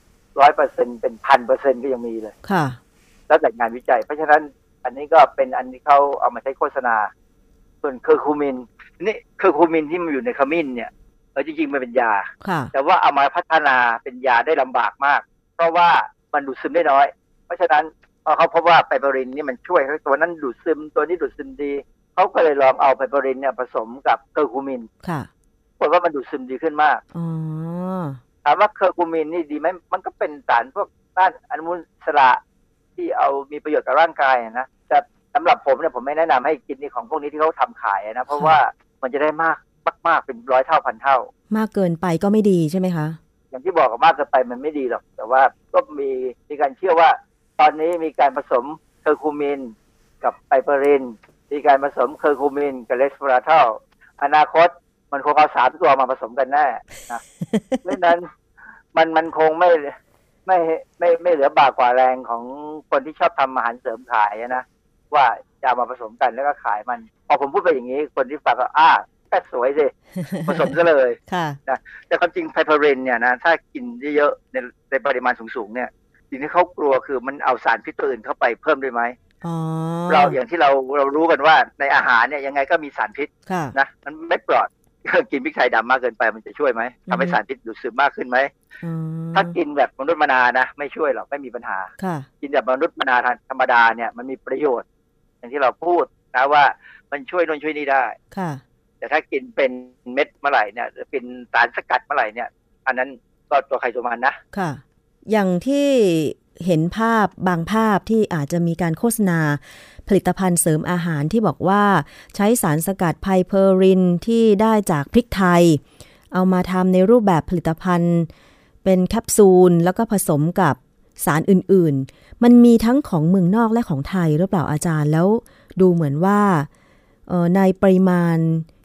100% เป็น 1,000% ก็ยังมีเลยแล้วแต่งานวิจัยเพราะฉะนั้นอันนี้ก็เป็นอันที่เขาเอามาใช้โฆษณาส่วนเคอร์คูมินนี่เคอร์คูมินที่มันอยู่ในขมิ้นเนี่ยจริงๆมันเป็นยาแต่ว่าเอามาพัฒนาเป็นยาได้ลำบากมากเพราะว่ามันดูดซึมได้น้อยเพราะฉะนั้นพอเขาพบว่าไพเปอรินนี่มันช่วยให้ตัวนั้นดูดซึมตัวนี้ดูดซึมดีเขาก็เลยลองเอาไพเปอรินเนี่ยผสมกับเคอร์คูมินผลว่ามันดูดซึมดีขึ้นมากถามว่าเคอร์คูมินนี่ดีไหมมันก็เป็นสารพวกต้านอนุมูลอิสระที่เอามีประโยชน์กับร่างกายนะแต่สำหรับผมเนี่ยผมไม่แนะนำให้กินในของพวกนี้ที่เขาทำขายนะเพราะว่ามันจะได้มากเป็น100 เท่า 1,000 เท่ามากเกินไปก็ไม่ดีใช่ไหมคะอย่างที่บอกมากเกินไปมันไม่ดีหรอกแต่ว่าก็มีการเชื่อว่าตอนนี้มีการผสมเคอร์คูมินกับไพเปอรินมีการผสมเคอร์คูมินกับเรสเวอราทอลอนาคตมันคงเอา3 ตัวมาผสมกันแน่นะเพราะนั้นมันคงไม่เหลือบากกว่าแรงของคนที่ชอบทำอาหารเสริมขายนะว่าจะมาผสมกันแล้วก็ขายมันพอผมพูดไปอย่างนี้คนที่ฟังก็ก็สวยสิผสมซะเลยนะแต่ความจริงไพเปอรินเนี่ยนะถ้ากินเยอะๆในปริมาณสูงๆเนี่ยสิ่งที่เขากลัวคือมันเอาสารพิษตัวอื่นเข้าไปเพิ่มด้วยไหมเราอย่างที่เรารู้กันว่าในอาหารเนี่ยยังไงก็มีสารพิษนะมันไม่ปลอดกินพริกไทยดำมากเกินไปมันจะช่วยไหมทำให้สารพิษดูดซึมมากขึ้นไหมถ้ากินแบบมนุษย์มนานะไม่ช่วยหรอกไม่มีปัญหากินแบบมนุษย์มนาธรรมดาเนี่ยมันมีประโยชน์อย่างที่เราพูดนะว่ามันช่วยโน่นช่วยนี่ได้แต่ถ้ากินเป็นเม็ดเมื่อไหร่เนี่ยเป็นสารสกัดเมื่อไหร่เนี่ยอันนั้นก็ตัวใครตัวมันนะค่ะอย่างที่เห็นภาพบางภาพที่อาจจะมีการโฆษณาผลิตภัณฑ์เสริมอาหารที่บอกว่าใช้สารสกัดไพเปอรินที่ได้จากพริกไทยเอามาทำในรูปแบบผลิตภัณฑ์เป็นแคปซูลแล้วก็ผสมกับสารอื่นๆมันมีทั้งของเมืองนอกและของไทยหรือเปล่าอาจารย์แล้วดูเหมือนว่าในปริมาณ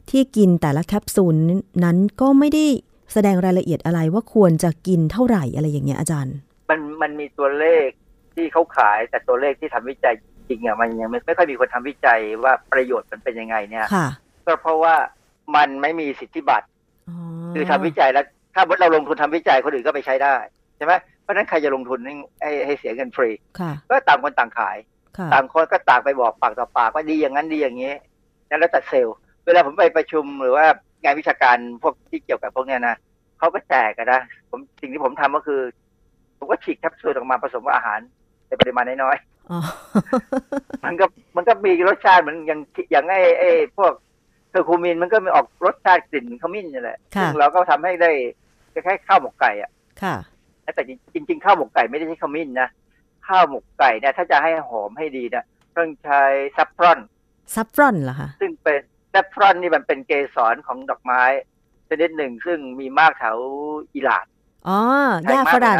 ที่กินแต่ละแคปซูลนั้นก็ไม่ได้แสดงรายละเอียดอะไรว่าควรจะกินเท่าไหร่อะไรอย่างเงี้ยอาจารย์มันมีตัวเลขที่เขาขายแต่ตัวเลขที่ทำวิจัยจริงๆมันยังไม่ค่อยมีคนทำวิจัยว่าประโยชน์มันเป็นยังไงเนี่ยก็เพราะว่ามันไม่มีสิทธิบัตรคือทำวิจัยแล้วถ้าเราลงทุนทำวิจัยคนอื่นก็ไปใช้ได้ใช่ไหมเพราะฉะนั้นใครจะลงทุนให้เสียเงินฟรีก็ต่างคนต่างขายต่างคนก็ต่างไปบอกปากต่อปากว่าดีอย่างนั้นดีอย่างนี้แล้วแต่เซลล์เวลาผมไปประชุมหรือว่างานวิชาการพวกที่เกี่ยวกับพวกเนี้ยนะเขาก็แจกกันนะสิ่งที่ผมทำก็คือผมก็ฉีกแคปซูลออกมาผสมกับอาหารในปริมาณน้อยๆมันก็มีรสชาติเหมือนอย่างไอ้พวกเคอร์คูมินมันก็มีออกรสชาติกลิ่นขมิ้นนี่แหละซึ่งเราก็ทำให้ได้คล้ายๆข้าวหมกไก่อ่ะแต่จริงๆข้าวหมกไก่ไม่ได้ใช้ขมิ้นนะข้าวหมกไก่เนี่ยถ้าจะให้หอมให้ดีเนี่ยต้องใช้ซัฟฟรอนเหรอคะซึ่งเป็นซัฟฟรอนนี่มันเป็นเกสรของดอกไม้ชนิดหนึ่งซึ่งมีมากแถวอิหร่านหญ้าฝรั่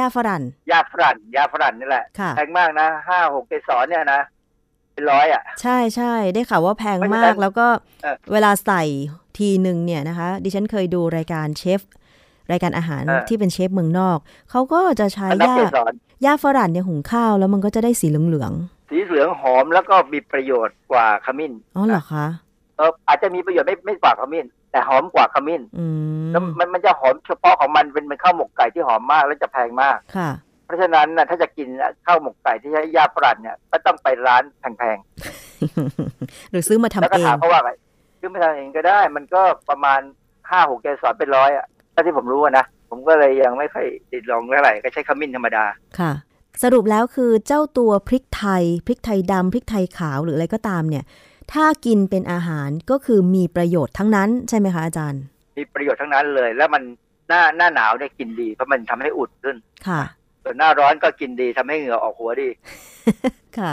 นนี่แหละแพงมากนะ 5-6 เกสรเนี่ยนะเป็นร้อยอ่ะใช่ๆได้ข่าวว่าแพงมากแล้วก็เวลาใส่ทีนึงเนี่ยนะคะดิฉันเคยดูรายการเชฟรายการอาหารที่เป็นเชฟเมืองนอกเขาก็จะใช้หญ้าฝรั่งเนี่ยหุงข้าวแล้วมันก็จะได้สีเหลืองหอมแล้วก็มีประโยชน์กว่าขมิ้นเหรอคะอาจจะมีประโยชน์ไม่กว่าขมิ้นแต่หอมกว่าขมิ้นแล้วมันจะหอมเฉพาะของมันเป็นข้าวหมกไก่ที่หอมมากแล้วจะแพงมากเพราะฉะนั้นนะถ้าจะกินข้าวหมกไก่ที่ใช้หญ้าฝรั่งเนี่ยก็ต้องไปร้านแพงๆหรือซื้อมาทำเองแล้วก็ถามเขาว่าซื้อมาทำเองก็ได้มันก็ประมาณ 5-6 เกสรเป็นร้อยอ่ะถ้าที่ผมรู้นะผมก็เลยยังไม่ค่อยติดลองเท่าไหร่ก็ใช้ขมิ้นธรรมดาค่ะสรุปแล้วคือเจ้าตัวพริกไทยดำพริกไทยขาวหรืออะไรก็ตามเนี่ยถ้ากินเป็นอาหารก็คือมีประโยชน์ทั้งนั้นใช่ไหมคะอาจารย์มีประโยชน์ทั้งนั้นเลยแล้วมันหน้าหนาวเนี่ยกินดีเพราะมันทำให้อุ่นขึ้นค่ะส่วนหน้าร้อนก็กินดีทำให้เหงื่อออกหัวดีค่ะ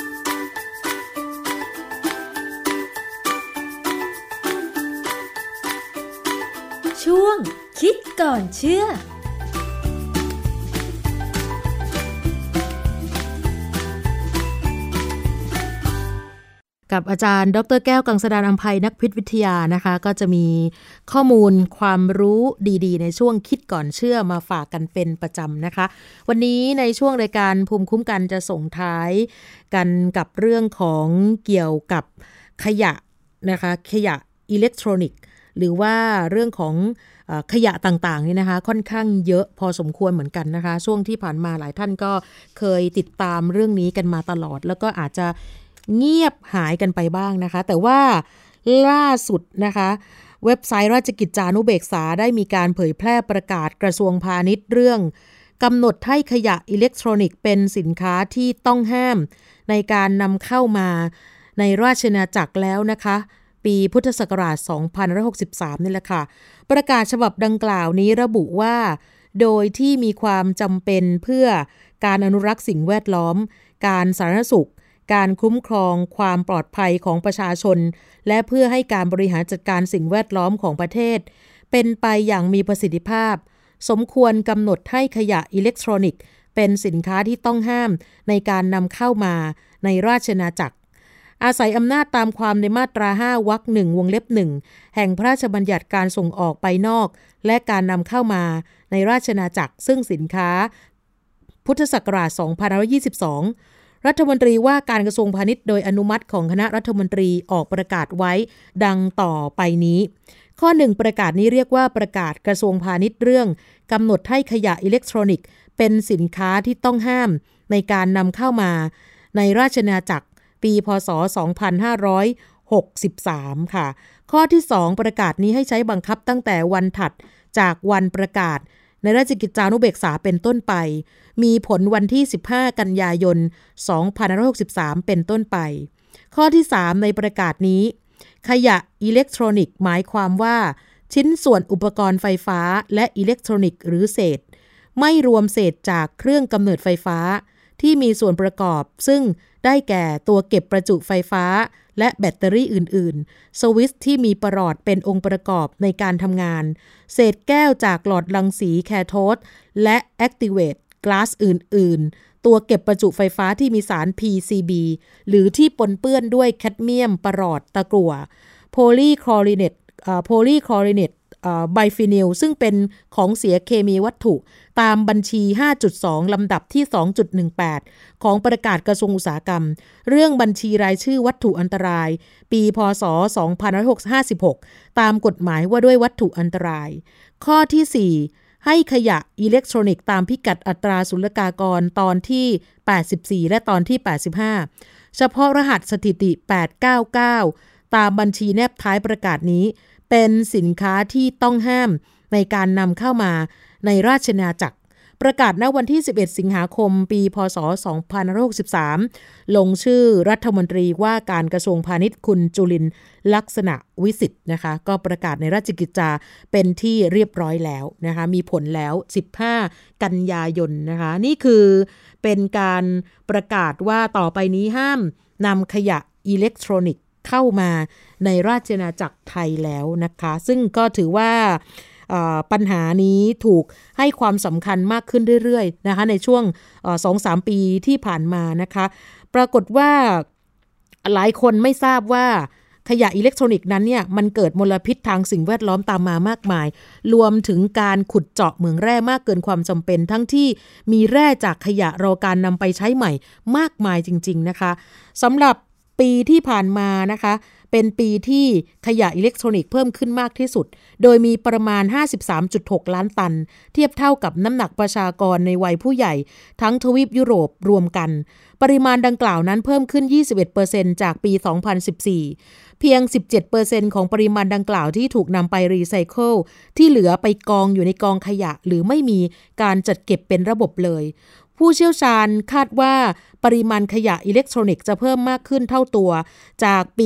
ช่วงคิดก่อนเชื่อกับอาจารย์ดร.แก้วกังสดาลอำไพนักพิษวิทยานะคะก็จะมีข้อมูลความรู้ดีๆในช่วงคิดก่อนเชื่อมาฝากกันเป็นประจำนะคะวันนี้ในช่วงรายการภูมิคุ้มกันจะส่งท้ายกันกับเรื่องของเกี่ยวกับขยะนะคะขยะอิเล็กทรอนิกส์หรือว่าเรื่องของขยะต่างๆนี่นะคะค่อนข้างเยอะพอสมควรเหมือนกันนะคะช่วงที่ผ่านมาหลายท่านก็เคยติดตามเรื่องนี้กันมาตลอดแล้วก็อาจจะเงียบหายกันไปบ้างนะคะแต่ว่าล่าสุดนะคะเว็บไซต์ราชกิจจานุเบกษาได้มีการเผยแพร่ประกาศกระทรวงพาณิชย์เรื่องกำหนดให้ขยะอิเล็กทรอนิกส์เป็นสินค้าที่ต้องห้ามในการนำเข้ามาในราชอาณาจักรแล้วนะคะปีพุทธศักราช 2563 นี่แหละค่ะประกาศฉบับดังกล่าวนี้ระบุว่าโดยที่มีความจำเป็นเพื่อการอนุรักษ์สิ่งแวดล้อมการสาธารณสุขการคุ้มครองความปลอดภัยของประชาชนและเพื่อให้การบริหารจัดการสิ่งแวดล้อมของประเทศเป็นไปอย่างมีประสิทธิภาพสมควรกำหนดให้ขยะอิเล็กทรอนิกส์เป็นสินค้าที่ต้องห้ามในการนำเข้ามาในราชอาณาจักรอาศัยอำนาจตามความในมาตรา 5 วรรค 1 วงเล็บ 1 แห่งพระราชบัญญัติการส่งออกไปนอกและการนำเข้ามาในราชอาณาจักรซึ่งสินค้าพุทธศักราช 2522 รัฐมนตรีว่าการกระทรวงพาณิชย์โดยอนุมัติของคณะรัฐมนตรีออกประกาศไว้ดังต่อไปนี้ข้อ 1 ประกาศนี้เรียกว่าประกาศกระทรวงพาณิชย์เรื่องกำหนดให้ขยะอิเล็กทรอนิกส์เป็นสินค้าที่ต้องห้ามในการนำเข้ามาในราชอาณาจักรปีพ.ศ. 2563 ค่ะข้อที่ 2 ประกาศนี้ให้ใช้บังคับตั้งแต่วันถัดจากวันประกาศในราชกิจจานุเบกษาเป็นต้นไปมีผลวันที่15กันยายน2563เป็นต้นไปข้อที่ 3 ในประกาศนี้ขยะอิเล็กทรอนิกส์หมายความว่าชิ้นส่วนอุปกรณ์ไฟฟ้าและอิเล็กทรอนิกส์หรือเศษไม่รวมเศษจากเครื่องกำเนิดไฟฟ้าที่มีส่วนประกอบซึ่งได้แก่ตัวเก็บประจุไฟฟ้าและแบตเตอรี่อื่นๆสวิตช์ที่มีประหลอดเป็นองค์ประกอบในการทำงานเศษแก้วจากหลอดรังสีแคโทดและแอคทีเวตกลาสอื่นๆตัวเก็บประจุไฟฟ้าที่มีสาร PCB หรือที่ปนเปื้อนด้วยแคดเมียมประหลอดตะกั่วโพลีคลอรีเนตไบฟินิลซึ่งเป็นของเสียเคมีวัตถุตามบัญชี 5.2 ลำดับที่ 2.18 ของประกาศกระทรวงอุตสาหกรรมเรื่องบัญชีรายชื่อวัตถุอันตรายปีพ.ศ. 2556 ตามกฎหมายว่าด้วยวัตถุอันตรายข้อที่ 4 ให้ขยะอิเล็กทรอนิกส์ตามพิกัดอัตราศุลกากรตอนที่ 84 และตอนที่ 85 เฉพาะรหัสสถิติ 899 ตามบัญชีแนบท้ายประกาศนี้เป็นสินค้าที่ต้องห้ามในการนำเข้ามาในราชอาณาจักรประกาศณวันที่ 11 สิงหาคม ปีพ.ศ. 2563 ลงชื่อรัฐมนตรีว่าการกระทรวงพาณิชย์คุณจุลินทร์ลักษณะวิสิทธิ์นะคะก็ประกาศในราชกิจจาเป็นที่เรียบร้อยแล้วนะคะมีผลแล้ว 15 กันยายนนะคะนี่คือเป็นการประกาศว่าต่อไปนี้ห้ามนำขยะอิเล็กทรอนิกส์เข้ามาในราชอาณาจักรไทยแล้วนะคะซึ่งก็ถือว่าปัญหานี้ถูกให้ความสำคัญมากขึ้นเรื่อยๆนะคะในช่วง 2-3 ปีที่ผ่านมานะคะปรากฏว่าหลายคนไม่ทราบว่าขยะอิเล็กทรอนิกส์นั้นเนี่ยมันเกิดมลพิษทางสิ่งแวดล้อมตามมามากมายรวมถึงการขุดเจาะเหมืองแร่มากเกินความจำเป็นทั้งที่มีแร่จากขยะรอการนำไปใช้ใหม่มากมายจริงๆนะคะสำหรับปีที่ผ่านมานะคะเป็นปีที่ขยะอิเล็กทรอนิกส์เพิ่มขึ้นมากที่สุดโดยมีประมาณ 53.6 ล้านตันเทียบเท่ากับน้ำหนักประชากรในวัยผู้ใหญ่ทั้งทวีปยุโรปรวมกันปริมาณดังกล่าวนั้นเพิ่มขึ้น 21% จากปี 2014 เพียง 17% ของปริมาณดังกล่าวที่ถูกนำไปรีไซเคิลที่เหลือไปกองอยู่ในกองขยะหรือไม่มีการจัดเก็บเป็นระบบเลยผู้เชี่ยวชาญคาดว่าปริมาณขยะอิเล็กทรอนิกส์จะเพิ่มมากขึ้นเท่าตัวจากปี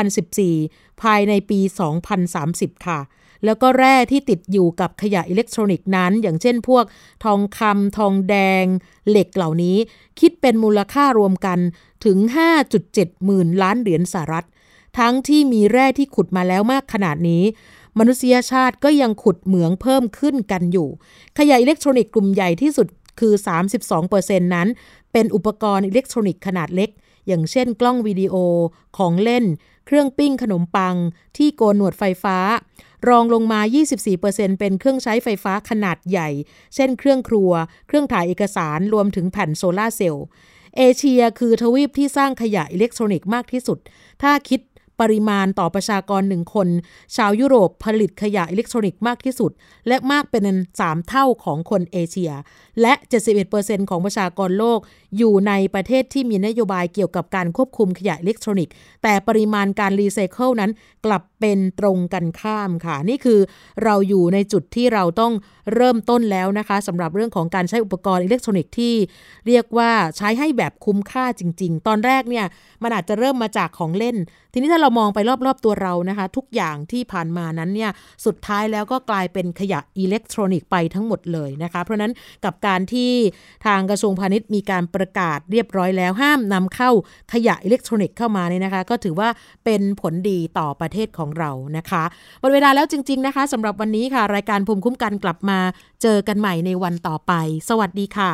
2014 ภายในปี 2030 ค่ะแล้วก็แร่ที่ติดอยู่กับขยะอิเล็กทรอนิกส์นั้นอย่างเช่นพวกทองคำทองแดงเหล็กเหล่านี้คิดเป็นมูลค่ารวมกันถึง 5.7 หมื่นล้านเหรียญสหรัฐทั้งที่มีแร่ที่ขุดมาแล้วมากขนาดนี้มนุษยชาติก็ยังขุดเหมืองเพิ่มขึ้นกันอยู่ขยะอิเล็กทรอนิกส์กลุ่มใหญ่ที่สุดคือ 32% นั้นเป็นอุปกรณ์อิเล็กทรอนิกส์ขนาดเล็กอย่างเช่นกล้องวิดีโอของเล่นเครื่องปิ้งขนมปังที่โกนหนวดไฟฟ้ารองลงมา 24% เป็นเครื่องใช้ไฟฟ้าขนาดใหญ่เช่นเครื่องครัวเครื่องถ่ายเอกสารรวมถึงแผ่นโซลาร์เซลล์เอเชียคือทวีปที่สร้างขยะอิเล็กทรอนิกส์มากที่สุดถ้าคิดปริมาณต่อประชากร1คนชาวยุโรปผลิตขยะอิเล็กทรอนิกส์มากที่สุดและมากเป็น3 เท่าของคนเอเชียและ 71% ของประชากรโลกอยู่ในประเทศที่มีนโยบายเกี่ยวกับการควบคุมขยะอิเล็กทรอนิกส์แต่ปริมาณการรีไซเคิลนั้นกลับเป็นตรงกันข้ามค่ะนี่คือเราอยู่ในจุดที่เราต้องเริ่มต้นแล้วนะคะสำหรับเรื่องของการใช้อุปกรณ์อิเล็กทรอนิกส์ที่เรียกว่าใช้ให้แบบคุ้มค่าจริงๆตอนแรกเนี่ยมันอาจจะเริ่มมาจากของเล่นทีนี้ถ้าเรามองไปรอบๆตัวเรานะคะทุกอย่างที่ผ่านมานั้นเนี่ยสุดท้ายแล้วก็กลายเป็นขยะอิเล็กทรอนิกส์ไปทั้งหมดเลยนะคะเพราะนั้นกับการที่ทางกระทรวงพาณิชย์มีการประกาศเรียบร้อยแล้วห้ามนำเข้าขยะอิเล็กทรอนิกส์เข้ามาเนี่ยนะคะก็ถือว่าเป็นผลดีต่อประเทศของเรานะคะหมดเวลาแล้วจริงๆนะคะสำหรับวันนี้ค่ะรายการภูมิคุ้มกันกลับมาเจอกันใหม่ในวันต่อไปสวัสดีค่ะ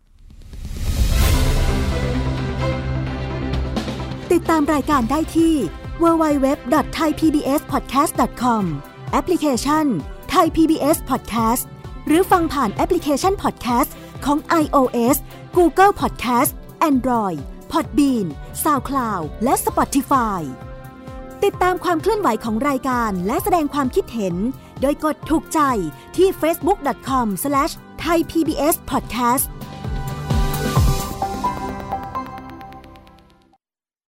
ติดตามรายการได้ที่ www.thaipbspodcast.com แอปพลิเคชัน Thai PBS Podcast หรือฟังผ่านแอปพลิเคชัน Podcast ของ iOS Google Podcast Android Podbean SoundCloud และ Spotify ติดตามความเคลื่อนไหวของรายการและแสดงความคิดเห็นโดยกดถูกใจที่ facebook.com/thaipbspodcast